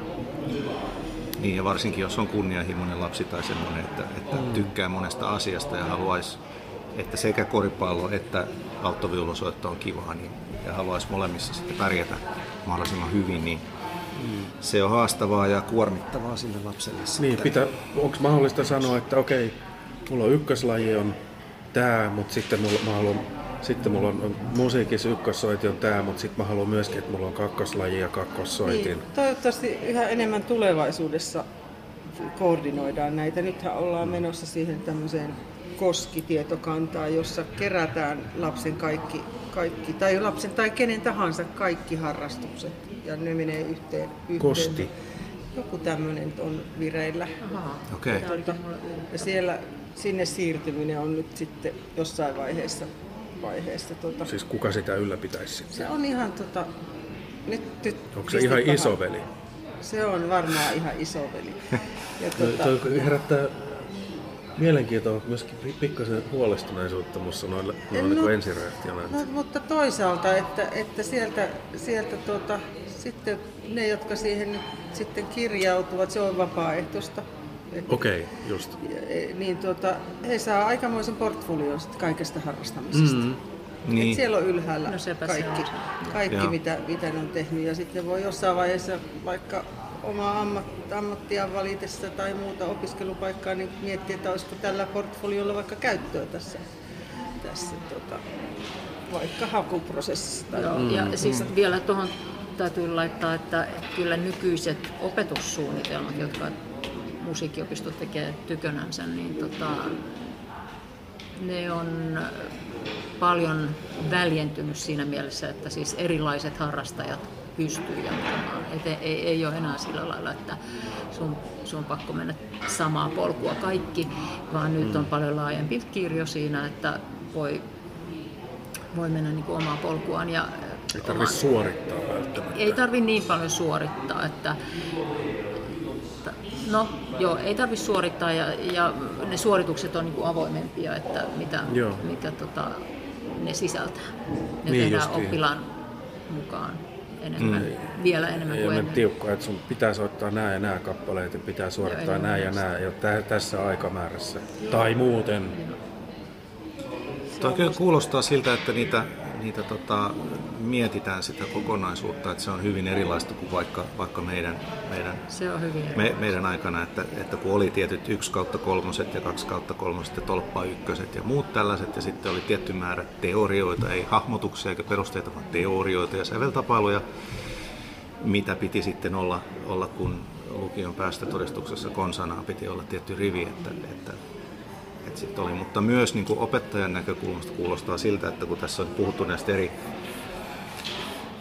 Niin ja varsinkin jos on kunnianhimoinen lapsi tai semmoinen, että, että mm. tykkää monesta asiasta ja haluaisi, että sekä koripallo että alttoviulunsoitto on kivaa, niin ja haluaisi molemmissa sitten pärjätä mahdollisimman hyvin, niin mm. se on haastavaa ja kuormittavaa sille lapselle. Niin, pitää, onko mahdollista sanoa, että okei, mulla on ykköslaji on tää, mutta sitten mulla, mä haluan, sitten mulla on musiikissa ykkössoiti on tää, mutta sitten mä haluan myöskin, että mulla on kakkoslaji ja kakkossoitin. Niin, toivottavasti yhä enemmän tulevaisuudessa koordinoidaan näitä. Nythän ollaan menossa siihen tämmöiseen koskitietokantaa, jossa kerätään lapsen kaikki, kaikki, tai lapsen tai kenen tahansa kaikki harrastukset ja ne menee yhteen. yhteen. Kosti. Joku tämmöinen on vireillä. Okay. Ja siellä, sinne siirtyminen on nyt sitten jossain vaiheessa. vaiheessa tuota, siis kuka sitä ylläpitäisi sitten? Se on ihan tota, nyt, nyt onko se ihan isoveli? Se on varmaan ihan isoveli. Ja tuota, toi herättää mielenkiintoa, myöskin pikkasen huolestuneisuutta minussa noilla no, niin ensireaktiona. No, mutta toisaalta, että, että sieltä, sieltä tuota, sitten ne, jotka siihen nyt sitten kirjautuvat, se on vapaaehtoista. Okei, okay, just. Niin tuota, he saa aikamoisen portfolion kaikesta harrastamisesta. Mm-hmm. Niin. Et siellä on ylhäällä no kaikki, kaikki mitä, mitä ne on tehnyt ja sitten voi jossain vaiheessa vaikka omaa ammat, ammattia valitessa tai muuta opiskelupaikkaa, niin miettiä, että olisiko tällä portfoliolla vaikka käyttöä tässä, tässä tota, vaikka hakuprosessissa. Joo, mm, ja mm. siis vielä tuohon täytyy laittaa, että kyllä nykyiset opetussuunnitelmat, jotka musiikkiopisto tekee tykönänsä, niin tota, ne on paljon väljentynyt siinä mielessä, että siis erilaiset harrastajat pystyy jatkamaan. Et ei, ei ole enää sillä lailla, että sun, sun on pakko mennä samaa polkua kaikki, vaan nyt on paljon laajempi kirjo siinä, että voi, voi mennä niin kuin omaa polkuaan. Ja ei tarvitse suorittaa välttämättä. Ei tarvitse niin paljon suorittaa, että no joo, ei tarvitse suorittaa ja, ja ne suoritukset on niin kuin avoimempia, että mitä, mitä tota, ne sisältää. Ne niin tehdään justiin oppilaan mukaan enemmän, mm. vielä enemmän kuin ennen. Tiukkaa, että sun pitää soittaa nämä ja nämä kappaleet ja pitää suorittaa nämä ja nämä jo tässä aikamäärässä. Joo. Tai muuten. Tuo kyllä kuulostaa siltä, että niitä, niitä tota, mietitään sitä kokonaisuutta, että se on hyvin erilaista kuin vaikka, vaikka meidän, meidän, se on hyvin me, meidän aikana, että, että kun oli tietyt yksi kautta kolmoset ja kaksi kautta kolmoset ja tolppa ykköset ja muut tällaiset ja sitten oli tietty määrä teorioita, ei hahmotuksia eikä perusteita, vaan teorioita ja säveltapailuja, mitä piti sitten olla, olla kun lukion päästötodistuksessa konsanaa piti olla tietty rivi, että, että Sit oli, mutta myös niin kuin opettajan näkökulmasta kuulostaa siltä, että kun tässä on puhuttu näistä eri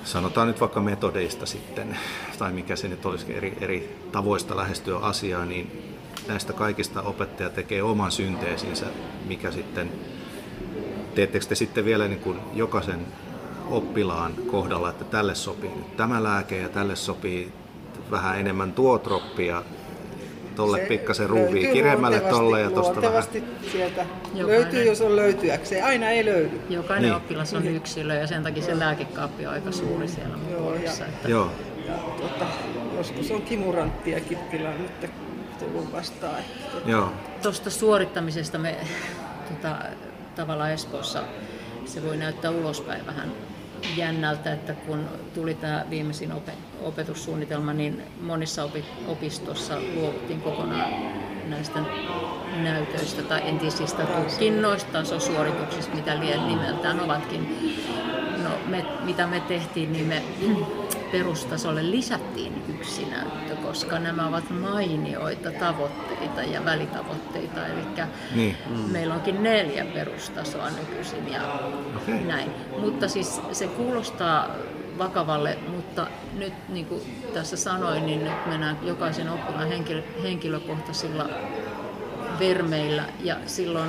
sanotaan nyt vaikka metodeista sitten, tai mikä se nyt olisi eri, eri tavoista lähestyä asiaa, niin näistä kaikista opettaja tekee oman synteesinsä, mikä sitten, teettekö te sitten vielä niin kuin jokaisen oppilaan kohdalla, että tälle sopii nyt tämä lääke ja tälle sopii vähän enemmän tuo troppi ja tolle pikkasen ruuvia kireemmälle tolle ja tosta vähän. Sieltä Jokainen. löytyy, jos on löytyäkseen. Aina ei löydy. Jokainen Niin. oppilas on yksilö ja sen takia se lääkekaappi on aika suuri siellä mun Joo, puolessa. ja- Että Joo, Tota, joskus on kimuranttiakin kyllä nyt tullut vastaan. Että, joo. tuosta suorittamisesta me tota, tavallaan Espoossa se voi näyttää ulospäin vähän jännältä, että kun tuli tämä viimeisin opet- opetussuunnitelma, niin monissa opi- opistossa luovuttiin kokonaan näistä näytöistä tai entisistä tutkinnoista, tasosuorituksista, mitä liian nimeltään ovatkin. No, me, mitä me tehtiin, niin me perustasolle lisättiin yksi näyttö, koska nämä ovat mainioita tavoitteita ja välitavoitteita. Eli Niin. meillä onkin neljä perustasoa nykyisin ja Okei. näin. Mutta siis se kuulostaa vakavalle, mutta nyt niin kuin tässä sanoin, niin nyt mennään jokaisen oppilaan henkilö, henkilökohtaisilla vermeillä ja silloin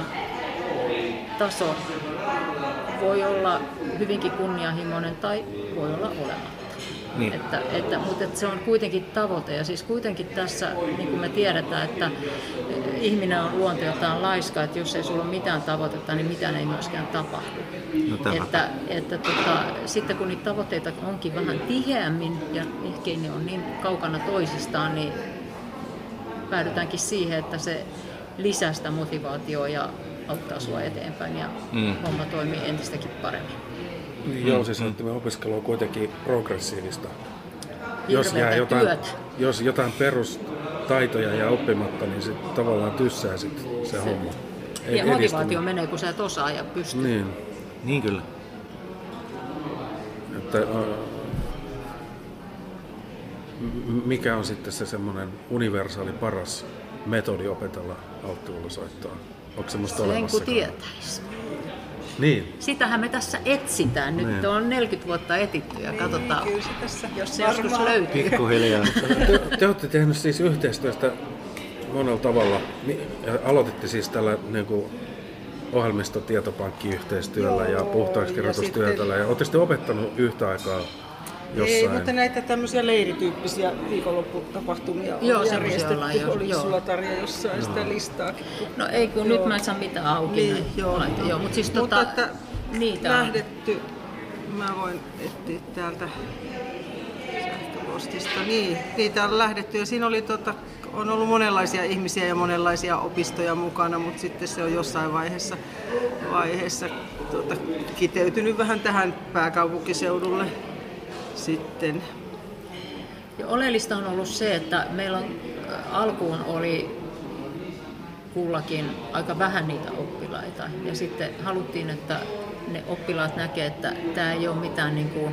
taso voi olla hyvinkin kunnianhimoinen tai voi olla olematta. Niin. Että, että, mutta että se on kuitenkin tavoite ja siis kuitenkin tässä, niin kuin me tiedetään, että ihminen on luonteeltaan laiska, että jos ei sulla ole mitään tavoitetta, niin mitään ei myöskään tapahdu. No tämä. Että, että tota, sitten kun niitä tavoitteita onkin vähän tiheämmin ja ehkä ne on niin kaukana toisistaan, niin päädytäänkin siihen, että se lisää sitä motivaatiota ja auttaa sua eteenpäin ja Mm. homma toimii entistäkin paremmin. Niin, joo, siis että me opiskelu on kuitenkin progressiivista. Jos jää Hirveätä jotain, työtä. jos jotain perustaitoja jää oppimatta, niin se tavallaan tyssää sit se homma. Ei Ja edistynyt. motivaatio menee, kun sä et osaa ja pysty. Niin, Niin kyllä. että äh, m- mikä on sitten se semmoinen universaali paras metodi opetella alttiulosoittoa? Onko semmoista Sen olemassa? kun tietäisi. Niin, Sitähän me tässä etsitään. Nyt Niin. on neljäkymmentä vuotta etitty ja katsotaan, Niin, kyllä se tässä jos se joskus varmaan löytyy. Pikkuhiljaa. te, te olette tehneet siis yhteistyöstä monella tavalla. Mi- ja aloititte siis tällä niin kuin ohjelmistotietopankkiyhteistyöllä ja Joo, puhtaaksi ja kirjoitustyöllä. sitten- Ja olette sitten opettanut yhtä aikaa jossain? Ei, mutta näitä tämmöisiä leirityyppisiä viikonlopputapahtumia Joo, on semmoisia järjestetty. ollaan jo, Oli joo. sulla Tarja jossain sitä listaakin. No ei, kun Joo. nyt mä en saa mitään auki. Niin, näin. joo. Laita- joo. Mutta siis Mutta tota, että niitä on. lähdetty, mä voin etsiä täältä sähköpostista. Niin, niitä on lähdetty ja siinä oli tota, on ollut monenlaisia ihmisiä ja monenlaisia opistoja mukana, mutta sitten se on jossain vaiheessa, vaiheessa tota, kiteytynyt vähän tähän pääkaupunkiseudulle sitten. Ja oleellista on ollut se, että meillä on alkuun oli kullakin aika vähän niitä oppilaita. Ja sitten haluttiin, että ne oppilaat näkee, että tämä ei ole mitään niin kuin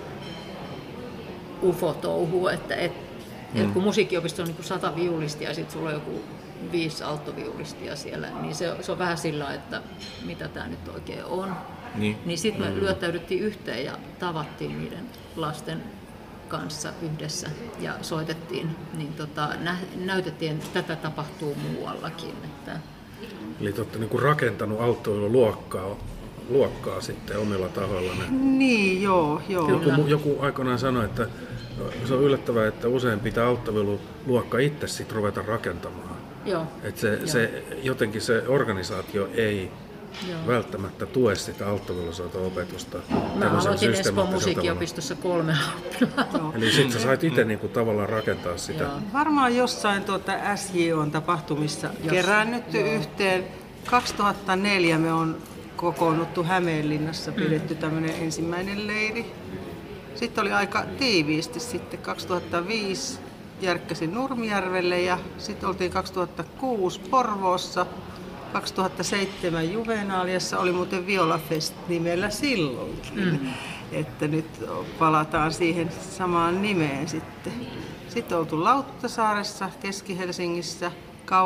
ufo-touhua, että et, mm. et kun musiikkiopisto on niin kuin sata viulistia ja sitten sulla on joku viisi alttoviulistia siellä, niin se, se on vähän sillä, että mitä tämä nyt oikein on. Niin. Niin sitten me lyöttäydyttiin yhteen ja tavattiin niiden lasten kanssa yhdessä ja soitettiin, niin tota, nä- näytettiin, että tätä tapahtuu muuallakin. Että Eli te olette niin kuin rakentanut alttoiluluokkaa luokkaa sitten omilla tahoillanne. Niin, joo, joo. Joku, joku aikoinaan sanoi, että se on yllättävää, että usein pitää alttoiluluokka itse sit ruveta rakentamaan. joo, Että se, se, jotenkin se organisaatio ei Joo. välttämättä tue sitä alttoilusoito-opetusta. mä tämmöisellä aloitin Espoon systemaattisella musiikkiopistossa kolme oppilaata. tavalla. Eli sitten sä sait itse niinku tavallaan rakentaa sitä. Joo. Varmaan jossain tuota S J O-tapahtumissa keräännytty yhteen. kaksituhattaneljä me on kokoonnuttu Hämeenlinnassa, pidetty tämmöinen ensimmäinen leiri. Sitten oli aika tiiviisti sitten kaksituhattaviisi järkkäsin Nurmijärvelle ja sitten oltiin kaksituhattakuusi Porvoossa. kaksituhattaseitsemän Juvenaaliassa oli muuten Viola Fest nimellä silloinkin. Mm. Että nyt palataan siihen samaan nimeen sitten. Sitten oltu Lauttasaaressa, Keski-Helsingissä,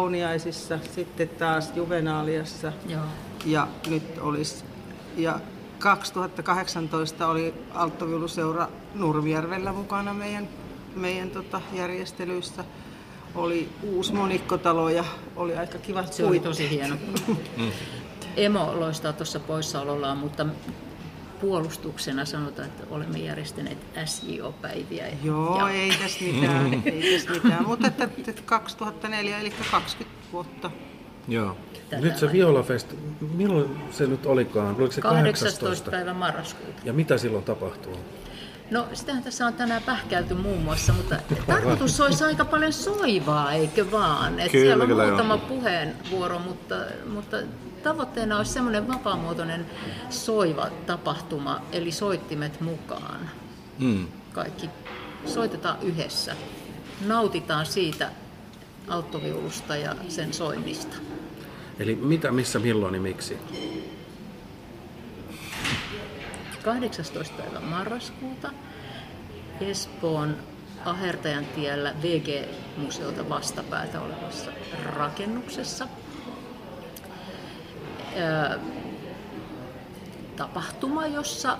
Kauniaisissa, sitten taas Juvenaaliassa Joo. ja nyt olisi ja kaksituhattakahdeksantoista oli alttoviuluseura Nurmijärvellä mukana meidän, meidän tota, järjestelyissä. Oli uusi monikkotalo ja oli aika kiva. Se oli tosi hieno. Emo loistaa tuossa poissaolollaan, mutta puolustuksena sanotaan, että olemme järjestäneet S J O-päiviä. Joo, ja... ei tässä mitään, ei tässä mitään. Mutta että, että kaksituhattaneljä, eli kaksikymmentä vuotta. Joo. Nyt se Violafest, milloin se nyt olikaan? Oliko se kahdeksastoista päivä marraskuuta. Ja mitä silloin tapahtuu? No sitähän tässä on tänään pähkäilty muun muassa, mutta tarkoitus olisi aika paljon soivaa, eikö vaan? Et Kyllä, siellä on kyllä, muutama joo. puheenvuoro, mutta, mutta tavoitteena olisi semmoinen vapaamuotoinen soiva tapahtuma, eli soittimet mukaan. Mm. Kaikki soitetaan yhdessä. Nautitaan siitä alttoviulusta ja sen soinnista. Eli mitä, missä, milloin ja miksi? kahdeksastoista päivä marraskuuta Espoon Ahertajan tiellä V G-museolta vastapäätä olevassa rakennuksessa. Ää, tapahtuma, jossa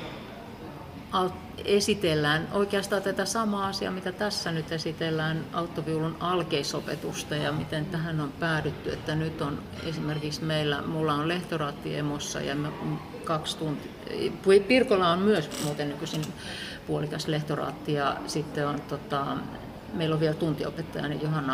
esitellään oikeastaan tätä samaa asiaa, mitä tässä nyt esitellään, alttoviulun alkeisopetusta ja miten tähän on päädytty, että nyt on esimerkiksi meillä, mulla on lehtoraatti Emossa ja mä kaksi tuntia, Pirkolla on myös muuten nykyisin puolikas lehtoraatti ja sitten on tota, meillä on vielä tuntiopettajani Johanna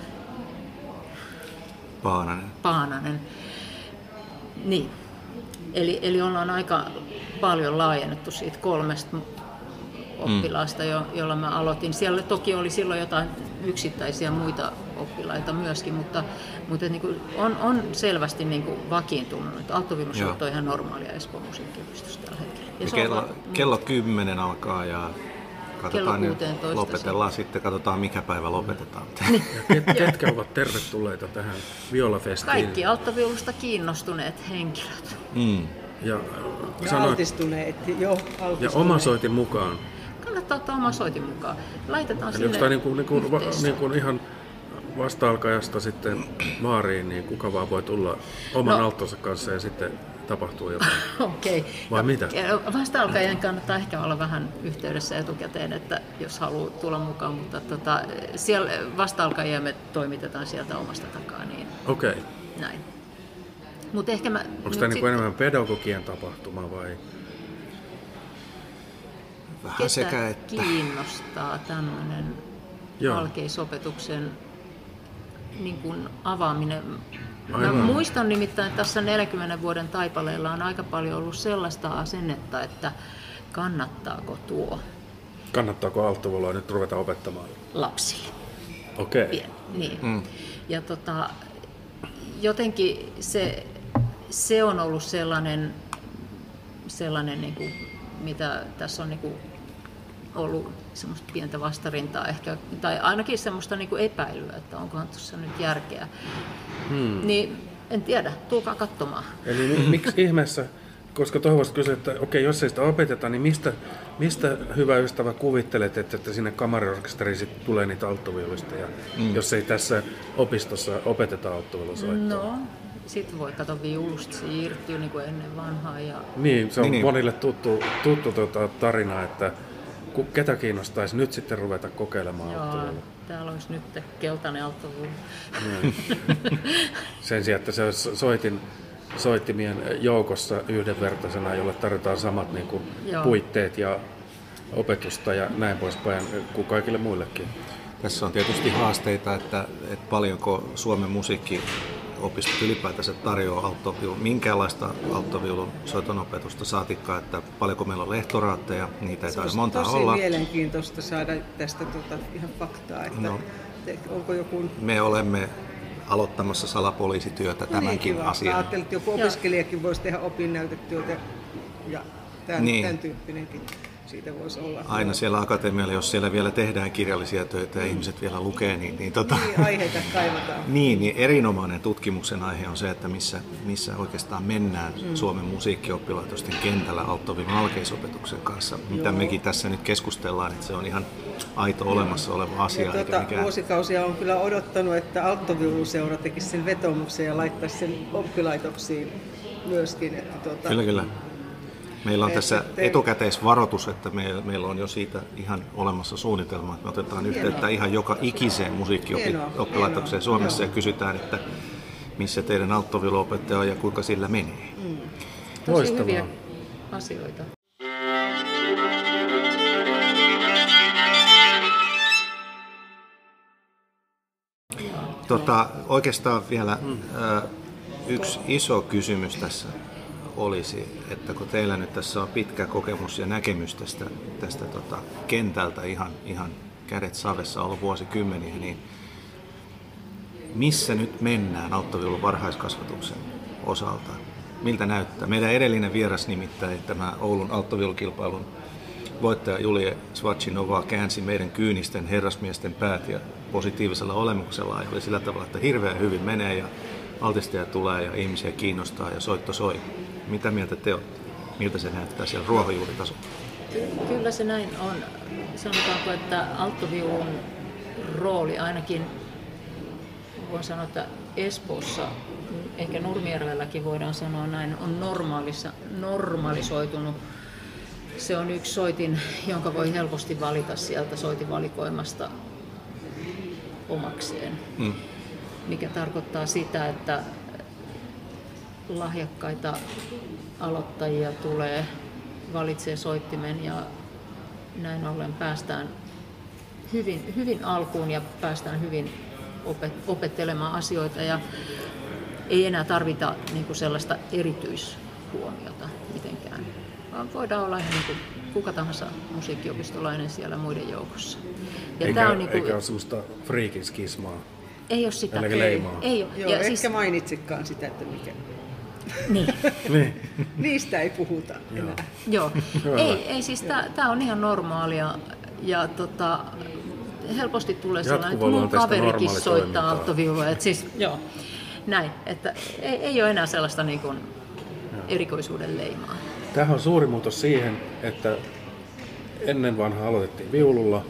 Paananen. Paananen. Niin. Eli, eli ollaan aika paljon laajennettu siitä kolmesta oppilaasta, jo, jolla mä aloitin. Siellä toki oli silloin jotain yksittäisiä muita oppilaita myöskin, mutta, mutta niin kuin on, on selvästi niin kuin vakiintunut, että alttoviulusoitto on ihan normaalia Espoon musiikkiopistossa tällä hetkellä. Ja Ja se kello, on va- kello kymmenen alkaa ja katsotaan nyt, kuusitoista lopetellaan sitten, katsotaan mikä päivä lopetetaan. Ja ket, ketkä ovat tervetulleita tähän Violafestiin? Kaikki alttoviulusta kiinnostuneet henkilöt. Mm. Ja, Ja sanoit, altistuneet, jo altistuneet. ja oma soitin mukaan. Kannattaa ottaa oma soitin mukaan. Laitetaan Eli onko sinne tämä niin kuin, niin kuin, va, yhteys. niin kuin ihan vasta-alkajasta sitten vaariin, niin kuka vaan voi tulla oman No. alttonsa kanssa ja sitten tapahtuu jotain? Okei. Vai mitä? Vasta-alkajien kannattaa ehkä olla vähän yhteydessä etukäteen, että jos haluaa tulla mukaan, mutta tota, siellä vasta-alkajia me toimitetaan sieltä omasta takaa, niin Okei. Okay. näin. Mut ehkä mä, Onko mut tämä niin sit- kuin enemmän pedagogien tapahtuma vai? Vähän ketä sekä että. kiinnostaa tämmöinen Joo. alkeisopetuksen niin kuin avaaminen. Mä Aivan. muistan nimittäin, että tässä neljänkymmenen vuoden taipaleella on aika paljon ollut sellaista asennetta, että kannattaako tuo Kannattaako alttoviulua nyt ruveta opettamaan? lapsille. Okei. Okay. Pien, niin. Mm. Ja tota, jotenkin se, se on ollut sellainen, sellainen niin kuin, mitä tässä on niin kuin ollut semmoista pientä vastarintaa ehkä, tai ainakin semmoista niin kuin epäilyä, että onkohan tuossa nyt järkeä. Hmm. Niin en tiedä, tulkaa katsomaan. Eli mi- miksi ihmeessä, koska tuohon voisi kysyä, että okei, jos ei sitä opeteta, niin mistä, mistä hyvä ystävä kuvittelet, että, että sinne kamariorkesteriin sit tulee niitä alttoviuluista, ja mm. jos ei tässä opistossa opeteta alttoviulusoittoa? No, sitten voi katsoa viulusta siirtyy niin kuin ennen vanhaa. Ja... Niin, se on Niin, niin. monille tuttu, tuttu tuota, tarina, että ku- ketä kiinnostaisi nyt sitten ruveta kokeilemaan Joo, alttoviulua. täällä olisi nyt keltainen alttoviulu. Sen sijaan, että se olisi soitin, soittimien joukossa yhdenvertaisena, jolle tarjotaan samat niin kuin Joo. puitteet ja opetusta ja näin poispäin kuin kaikille muillekin. Tässä on tietysti haasteita, että, että paljonko Suomen musiikkiopistot ylipäätänsä tarjoaa alttoviulun, minkäänlaista alttoviulun soiton opetusta saatikkaa, että paljonko meillä on lehtoraatteja, niitä ei taida monta tosi olla. mielenkiintoista saada tästä tuota ihan faktaa, että No. te, onko joku... Me olemme aloittamassa salapoliisityötä tämänkin kiva. asian. Ajattelin, että joku opiskelijakin voisi tehdä opinnäytetyötä ja tämän, Niin. tämän tyyppinenkin siitä voisi olla. Aina siellä akatemialla, jos siellä vielä tehdään kirjallisia töitä ja ihmiset vielä lukee, niin, niin, tota, Niin, aiheita kaivataan. niin, niin erinomainen tutkimuksen aihe on se, että missä, missä oikeastaan mennään mm. Suomen musiikkioppilaitosten kentällä alttoviulun alkeisopetuksen kanssa. Mitä Joo. mekin tässä nyt keskustellaan, että se on ihan aito olemassa oleva asia. Ja eikä tuota, mikään... vuosikausia on kyllä odottanut, että alttoviuluseura tekisi sen vetomuksen ja laittaisi sen oppilaitoksiin myöskin. Että tuota, Kyllä, kyllä. Meillä on Et tässä sitten- etukäteisvaroitus, että meillä, meillä on jo siitä ihan olemassa suunnitelma, että me otetaan yhteyttä ihan joka ikiseen musiikkioppilaitokseen Suomessa ja kysytään, että missä teidän alttoviuluopettaja on ja kuinka sillä menee. Tosi Loistavaa. hyviä asioita. Tota, oikeastaan vielä ää, yksi iso kysymys tässä olisi, että kun teillä nyt tässä on pitkä kokemus ja näkemys tästä, tästä tota, kentältä ihan, ihan kädet savessa ollut vuosikymmeniä, niin missä nyt mennään alttoviulun varhaiskasvatuksen osalta? Miltä näyttää? Meidän edellinen vieras nimittäin tämä Oulun alttoviulukilpailun voittaja Julie Svatchinova käänsi meidän kyynisten herrasmiesten päät ja positiivisella olemuksella ja oli sillä tavalla, että hirveän hyvin menee ja altisteja tulee ja ihmisiä kiinnostaa ja soitto soi. Mitä mieltä te olette? Miltä se näyttää siellä ruohonjuuritasolla? Ky- Kyllä se näin on. Sanotaanko, että alttoviulun rooli ainakin, voin sanoa, että Espoossa, ehkä Nurmijärvelläkin voidaan sanoa näin, on normaalissa, normalisoitunut. Se on yksi soitin, jonka voi helposti valita sieltä soitinvalikoimasta omakseen. Mm. Mikä tarkoittaa sitä, että lahjakkaita aloittajia tulee, valitsee soittimen ja näin ollen päästään hyvin, hyvin alkuun ja päästään hyvin opettelemaan asioita ja ei enää tarvita niin kuin sellaista erityishuomiota mitenkään, vaan voidaan olla ihan niin kuin kuka tahansa musiikkiopistolainen siellä muiden joukossa. Ja Eikä, tämä on niin kuin, eikä ole semmoista freakin skismaa. ei ole sitä. Älä leimaa. Ei ole. Joo, Ja etkä siis, mainitsikaan sitä, että mikä. niin. Niin. Niistä ei puhuta enää. Joo, ei, ei siis tämä on ihan normaalia ja tota, helposti tulee sellainen, että mun Jatkuvaluonteista kaverikin soittaa normaalitoimintaa. alttoviulua, että siis joo, näin, että ei, ei ole enää sellaista niin kuin erikoisuuden leimaa. Tämähän on suuri muutos siihen, että ennen vanhaa aloitettiin viululla,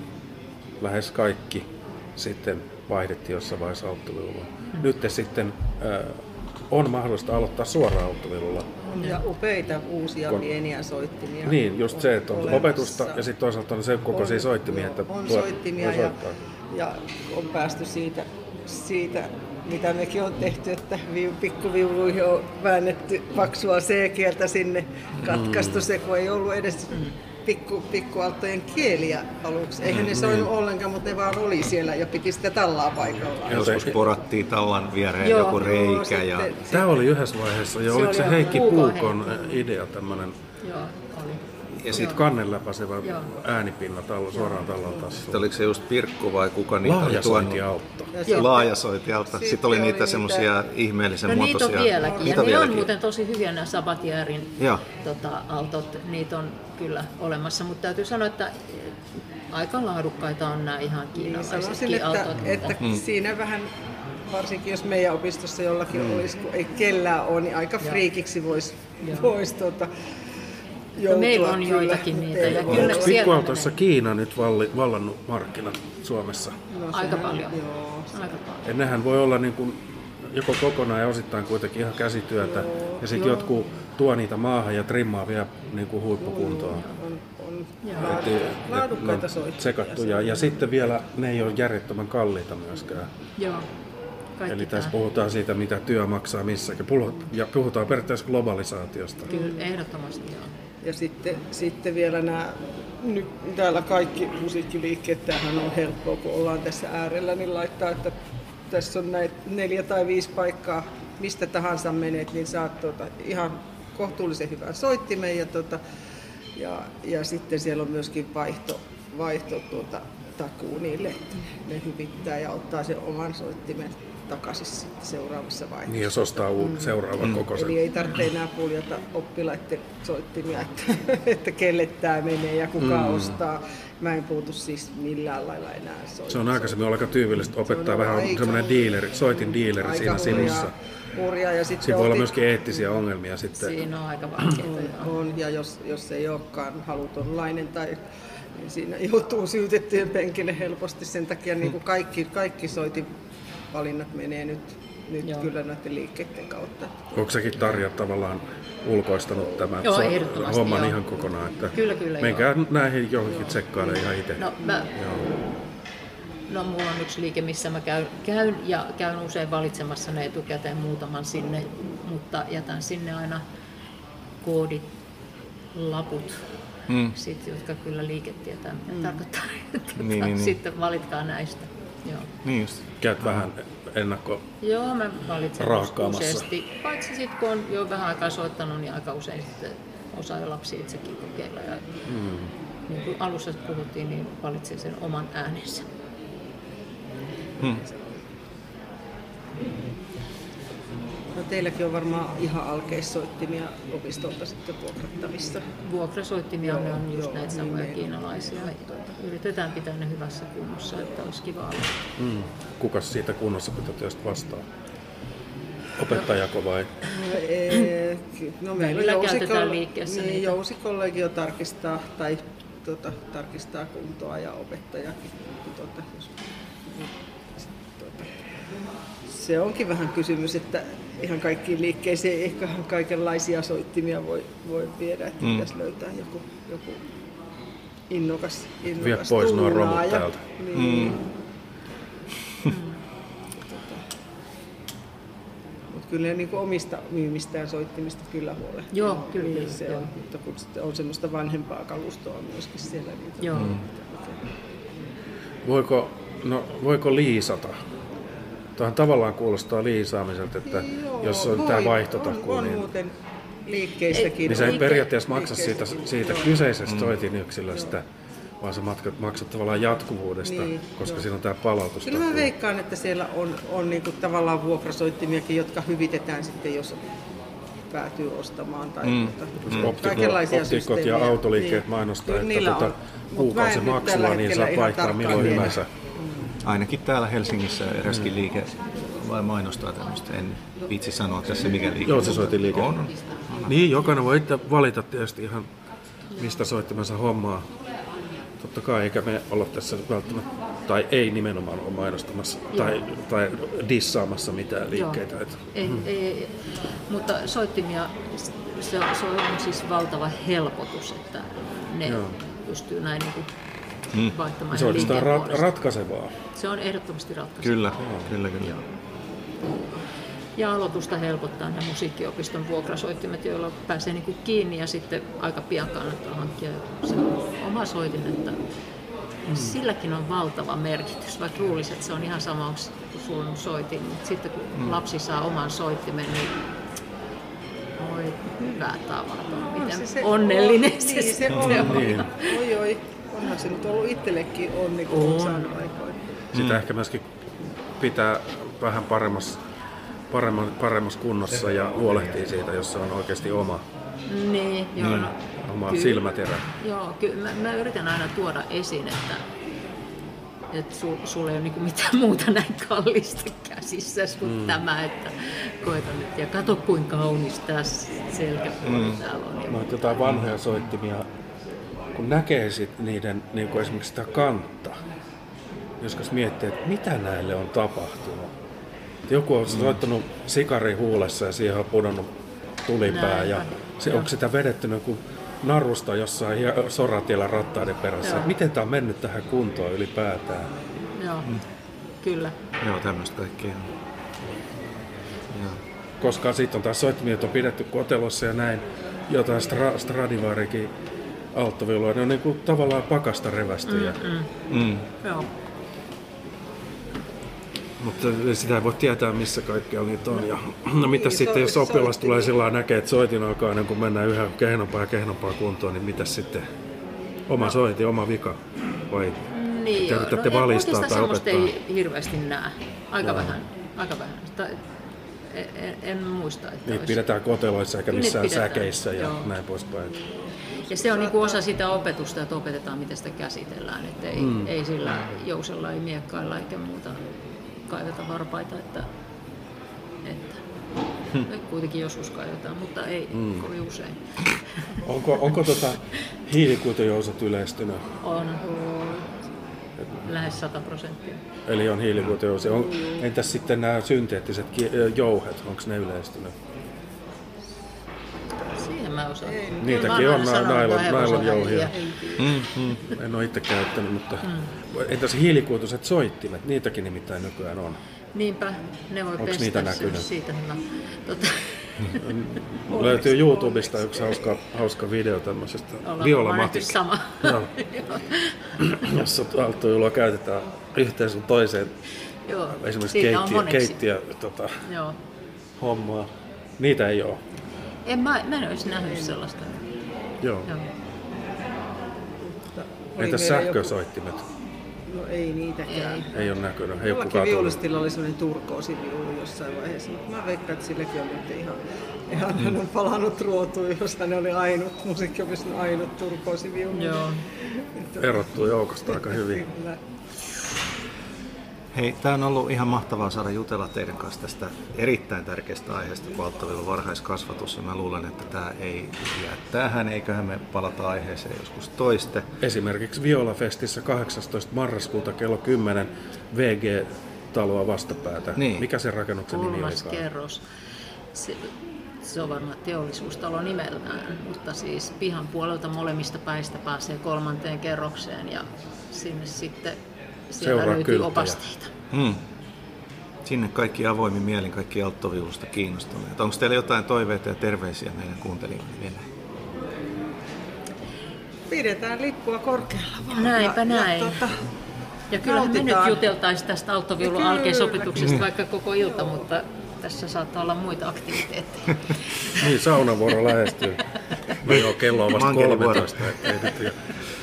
lähes kaikki, sitten vaihdettiin jossain vaiheessa alttoviululla. Mm. Nyt sitten äh, on mahdollista aloittaa suoraan alttoviululla. Ja upeita uusia Kon- pieniä soittimia. Niin, just se, että on olemassa. opetusta ja sitten toisaalta on se kokoisia soittimia, että on tuo- soittimia voi ja, soittaa. ja on päästy siitä, siitä, mitä mekin on tehty, että vi, pikkuviuluihin on väännetty paksua C-kieltä sinne, katkaistu se, kun ei ollut edes pikku, pikkualttojen kieliä aluksi. Eihän ne soinut ollenkaan, mutta ne vaan oli siellä ja piti sitä tallaa paikallaan. Joskus porattiin tallan viereen Joo, joku joo, reikä ja sitten- Tämä oli yhdessä vaiheessa ja Se oliko oli se jo Heikki Puukon Puukon Heikki. idea tämmöinen Joo, oli. ja sit sitten kannen läpäisevä Joo. äänipinna tallo, suoraan tallon tassuun. oliko se just Pirkku vai kuka niitä oli tuonut? Laajasointiautto. Ja sitten- Laajasointialta. Sitten, sitten oli oli niitä niitä- semmoisia ihmeellisen No niitä muotoisia. on vieläkin. Niitä Ja on ne on vieläkin. muuten tosi hyviä nämä Sabatiärin Joo. tota, altot. Niitä on kyllä olemassa, mutta täytyy sanoa, että aika laadukkaita on nämä ihan Niin sanoisin, kiinalaisetkin että, autot. että Mm. siinä vähän, varsinkin jos meidän opistossa jollakin mm. olisi, kun ei kellään ole, niin aika friikiksi voisi Joo. vois, tuota, No, joutua. meillä on kyllä, joitakin mutta niitä. ei Ja ole. kyllä Onko sieltä pikkuautossa menee. Kiina nyt valli, vallannut markkinat Suomessa? No, Aika sehän- paljon. Joo. Aika paljon. Ja nehän voi olla niin kuin joko kokonaan ja osittain kuitenkin ihan käsityötä. Joo, Ja sitten joo. jotkut tuo niitä maahan ja trimmaa vielä niin kuin huippukuntoon. On, on Joo. laadu- Ne laadukkaita on soittajia. tsekattuja. Ja sitten vielä ne ei ole järjettömän kalliita myöskään. Joo. Kaikki Eli tässä tää. puhutaan siitä, mitä työ maksaa missäkin. Puhut- Ja puhutaan periaatteessa globalisaatiosta. Kyllä, ehdottomasti joo. Ja sitten, sitten vielä nämä, nyt täällä kaikki musiikkiliikkeet, tämähän on helppoa, kun ollaan tässä äärellä, niin laittaa, että tässä on näitä neljä tai viisi paikkaa, mistä tahansa menet, niin saat tuota, ihan kohtuullisen hyvän soittimen ja, tuota, ja, ja sitten siellä on myöskin vaihto, vaihto tuota, takuu niille, että ne hyvittää ja ottaa sen oman soittimen takaisin sitten seuraavassa vaiheessa. Niin jos ostaa uuden seuraavan mm. kokoisen. Eli ei tarvitse enää puljata oppilaiden soittimia, että, että kelle tämä menee ja kuka mm. ostaa. Mä en puutu siis millään lailla enää soittimia. Se on aikaisemmin ollut aika tyypillistä opettaa vähän aika- semmoinen dealeri, soitin dealeri Aika siinä hurjaa- sivussa. hurjaa ja sitten Siinä voi olla otit- myöskin eettisiä ongelmia sitten. Siinä on aika vaikeaa. joo. on, ja jos, jos ei olekaan halutonlainen tai niin siinä joutuu syytettyjen penkille helposti sen takia, niin kuin kaikki, kaikki soitin valinnat menee nyt nyt Joo. kyllä noiden liikkeiden kautta. Onko sekin Tarja tavallaan ulkoistanut tämän Joo, so- ehdottomasti, homman joo. ihan kokonaan? Että Kyllä, kyllä, menkää näihin johonkin tsekkailemaan ihan itse. No, mä, no mulla on yksi liike, missä mä käyn, käyn ja käyn usein valitsemassa ne etukäteen muutaman sinne, mutta jätän sinne aina koodit, laput, Mm. sit, jotka kyllä liike tietää, mitä mm. tarkoittaa. Niin, niin, niin. Sitten valitkaa näistä. Joo. Niin just. Käyt vähän ennakko. Joo, mä valitsen Raakkaamassa. useasti. Paitsi sitten kun on jo vähän aikaa soittanut, niin aika usein sitten osaa jo lapsi itsekin kokeilla. Ja Mm. niin kuin alussa puhuttiin, niin valitsen sen oman äänensä. Hmm. No teilläkin on varmaan ihan alkeissoittimia opistolta sitten vuokrattavissa. Vuokrasoittimia ne on just joo, näitä samoja nimenomaan. kiinalaisia. Että yritetään pitää ne hyvässä kunnossa, että olisi kiva olla. Mm. Kukas siitä kunnossapitotyöstä vastaa? Opettajako vai? No, ee, no meillä Meillä jousikol- käytetään liikkeessä niin, niitä. jousikollegio tarkistaa tai tuota, tarkistaa kuntoa ja opettajakin. Tuota, jos, tuota, se onkin vähän kysymys, että ihan kaikkiin liikkeisiin ei ehkä kaikenlaisia soittimia voi, voi viedä, että Mm. pitäisi löytää joku, joku innokas, innokas Vie pois nuo tuunaaja. romut täältä. Niin. Mm. Mutta kyllä ne niinku omista myymistään soittimista kyllä huolehtii. Joo, kyllä, Niin kyllä, se joo. on, mutta kun sitten on semmoista vanhempaa kalustoa myöskin siellä. Niin Joo. Mm. Voiko, no, voiko liisata? Tuohan tavallaan kuulostaa liisaamiselta, että jos on tämä vaihtotakuu, on, on niin, muuten liikkeissäkin. niin sä et on. periaatteessa maksa siitä, Liikkeissäkin, siitä joo. kyseisestä soitinyksilöstä, vaan sä maksat, maksat tavallaan jatkuvuudesta, Niin, koska joo. siinä on tämä palautustakuu. Kyllä mä veikkaan, että siellä on, on niinku tavallaan vuokrasoittimiakin, jotka hyvitetään sitten, jos päätyy ostamaan. Tai Mm. tuota, Optiko, kaikenlaisia optikot ja systeemejä. autoliikkeet Niin. mainostaa, Kyllä että niillä tota, on. Mut kuukausi mä en nyt tällä maksua, niin hetkellä saa ihan vaihtaa tarkkaan milloin tiedä. hyvänsä. Ainakin täällä Helsingissä eräskin liike vai mainostaa tämmöistä. En viitsi sanoa tässä mikä liike. Joo, se soitin liike. On. Niin, jokainen voi itse valita tietysti ihan mistä soittimensa hommaa. Totta kai, eikä me olla tässä välttämättä, tai ei nimenomaan ole mainostamassa tai, tai dissaamassa mitään liikkeitä. Että, Ei, ei, mutta soittimia, se on, se on siis valtava helpotus, että ne Joo. pystyy näin niin kuin Mm. vaihtamaan se on liikkeen oikeastaan rat, puolesta. ratkaisevaa. Se on ehdottomasti ratkaiseva. Kyllä, kyllä, kyllä. Ja aloitusta helpottaa ne musiikkiopiston vuokrasoittimet, joilla pääsee niin kuin kiinni ja sitten aika pian kannattaa hankkia se oma soitin, että mm. silläkin on valtava merkitys, vaikka luulisi, että se on ihan sama, onko sulla on soitin, mutta sitten kun mm. lapsi saa oman soittimen, niin oi hyvä tavaton, miten se se onnellinen on, se, niin, se sitten on. on. Niin. Oi oi, onhan se nyt ollut itsellekin onni, kun on saanut aikoina. Sitä Mm. ehkä myöskin pitää vähän paremmassa, paremman, paremmassa kunnossa ja huolehtii siitä, jos se on oikeasti oma, Niin, joo, no, oma kyllä. silmäterä. Joo, kyllä mä, mä yritän aina tuoda esiin, että, että sul, sulla ei ole niinku mitään muuta näin kallista käsissä kuin mm. tämä, että koeta nyt ja kato kuinka kaunis tässä selkäpuoli mm. täällä on. No, jotain vanhoja soittimia, kun näkee sit niiden niin kuin esimerkiksi sitä kantta, joskus miettii, että mitä näille on tapahtunut. Joku on soittanut sikari huulessa ja siihen on pudonnut tulipää. Näinpä, Ja se, joo. onko sitä vedetty kuin narusta jossain hie- soratiellä rattaiden perässä. Joo. Miten tämä on mennyt tähän kuntoon ylipäätään? Joo, mm. kyllä. Joo, tämmöistä kaikkea. Joo. Koska sitten on taas soittimia, joita on pidetty kotelossa ja näin. Jotain Stra- Stradivarikin alttoviuluja. Ne on niin kuin tavallaan pakasta revästyjä. Mm. Mm. Joo. Mutta sitä ei voi tietää, missä kaikkialla niitä on. Ja, no mitä Niin, sitten, so- jos oppilas soitti- tulee sillä lailla näkee, että soitin alkaa ennen kuin mennään yhä kehnompaa ja kehnompaa kuntoon, niin mitä sitten? Oma soitin, oma vika? Vai Niin, te joo. yritätte No, valistaa oikeastaan tai semmoista opettaa? ei hirveästi näe. Aika Joo. vähän. Aika vähän. Tai, en, en, en muista, että Niitä olisi. pidetään koteloissa eikä Kyllä niitä missään pidetään, säkeissä ja joo. näin poispäin. Ja se on niin kuin osa sitä opetusta, että opetetaan, miten sitä käsitellään. Että ei, mm. ei sillä jousella, ei miekkailla eikä muuta kaiveta varpaita. Että, että Hmm. kuitenkin joskus kaivetaan, mutta ei mm. kovin usein. Onko, onko tota hiilikuitujousut yleistynyt? On. lähes sata prosenttia. Eli on hiilikuitujousi. On, entäs sitten nämä synteettiset ki- jouhet, onko ne yleistynyt? Siihen mä osaan. Niitäkin on nailon, nailon jouhia. Mm, mm. En ole itse käyttänyt, mutta mm. entäs hiilikuituiset soittimet, niitäkin nimittäin nykyään on. Niinpä, ne voi Onks pestä niitä se- näkynyt? siitä. No, tota, Löytyy YouTubesta yksi hauska, hauska video tämmöisestä ollaan Viola varmaan nähty Matic, sama. Joo. jossa alttoilua käytetään yhteen sun toiseen, Joo, esimerkiksi siitä on keittiö, moneksi. keittiö tota, Joo. hommaa. Niitä ei ole. En mä, mä en olisi nähnyt sellaista. Joo. Joo. Oli Entäs meillä sähkösoittimet? Joku, no ei niitäkään. Ei ole näkynyt. Ei ole Jollakin kukaan tullut. viulistilla oli sellainen turkoosiviulu jossain vaiheessa, mutta mä veikkaan, että silläkin on nyt ihan, ihan hän on palannut ruotuun, jos hän oli ainut, musiikkiopiston ainut turkoosiviulu. Joo. Erottuu joukosta aika hyvin. Kyllä. Hei, tämä on ollut ihan mahtavaa saada jutella teidän kanssa tästä erittäin tärkeästä aiheesta kuin alttoviulun varhaiskasvatus. Ja mä luulen, että tämä ei jää tähän, eiköhän me palata aiheeseen joskus toiste. Esimerkiksi Viola-festissä kahdeksastoista marraskuuta kello kymmenen V G-taloa vastapäätä. Niin. Mikä sen rakennuksen nimi Kolmas olikaan? kerros. Se, se on varmaan teollisuustalo nimeltään, mutta siis pihan puolelta molemmista päistä pääsee kolmanteen kerrokseen ja sinne sitten siellä Seuraa löytyy kylttejä. opasteita. Hmm. Sinne kaikki avoimin mielin, kaikki alttoviulusta kiinnostuneet. Onko teillä jotain toiveita ja terveisiä meidän kuuntelijoille vielä? Pidetään lippua korkealla vaan. Näinpä ja, näin. Ja, tota, Ja kyllä me nyt nautitaan. juteltaisiin tästä alttoviulun Kyllä, alkeisopetuksesta kyllä. vaikka koko ilta, mutta tässä saattaa olla muita aktiviteetteja. Niin, saunavuoro lähestyy. No joo, kello on vasta Mankelivuoro. kolmetoista. Ettei nyt jo.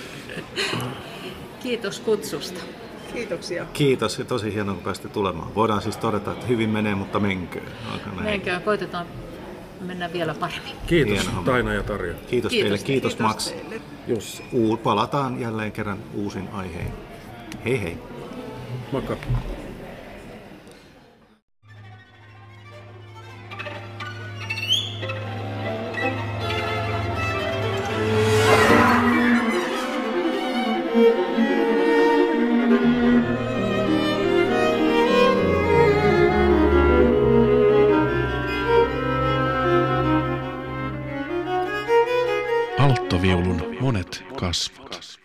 Kiitos kutsusta. Kiitoksia. Kiitos ja tosi hienoa, kun pääsitte tulemaan. Voidaan siis todeta, että hyvin menee, mutta menköön. Onko näin? Menkää, koitetaan mennä vielä paremmin. Kiitos Hieno homma. Taina ja Tarja. Kiitos, Kiitos teille, teille. kiitos, Kiitos Max. teille. Jussi. Uu, palataan jälleen kerran uusin aiheen. Hei hei. Moikka. Alttoviulun monet kasvot.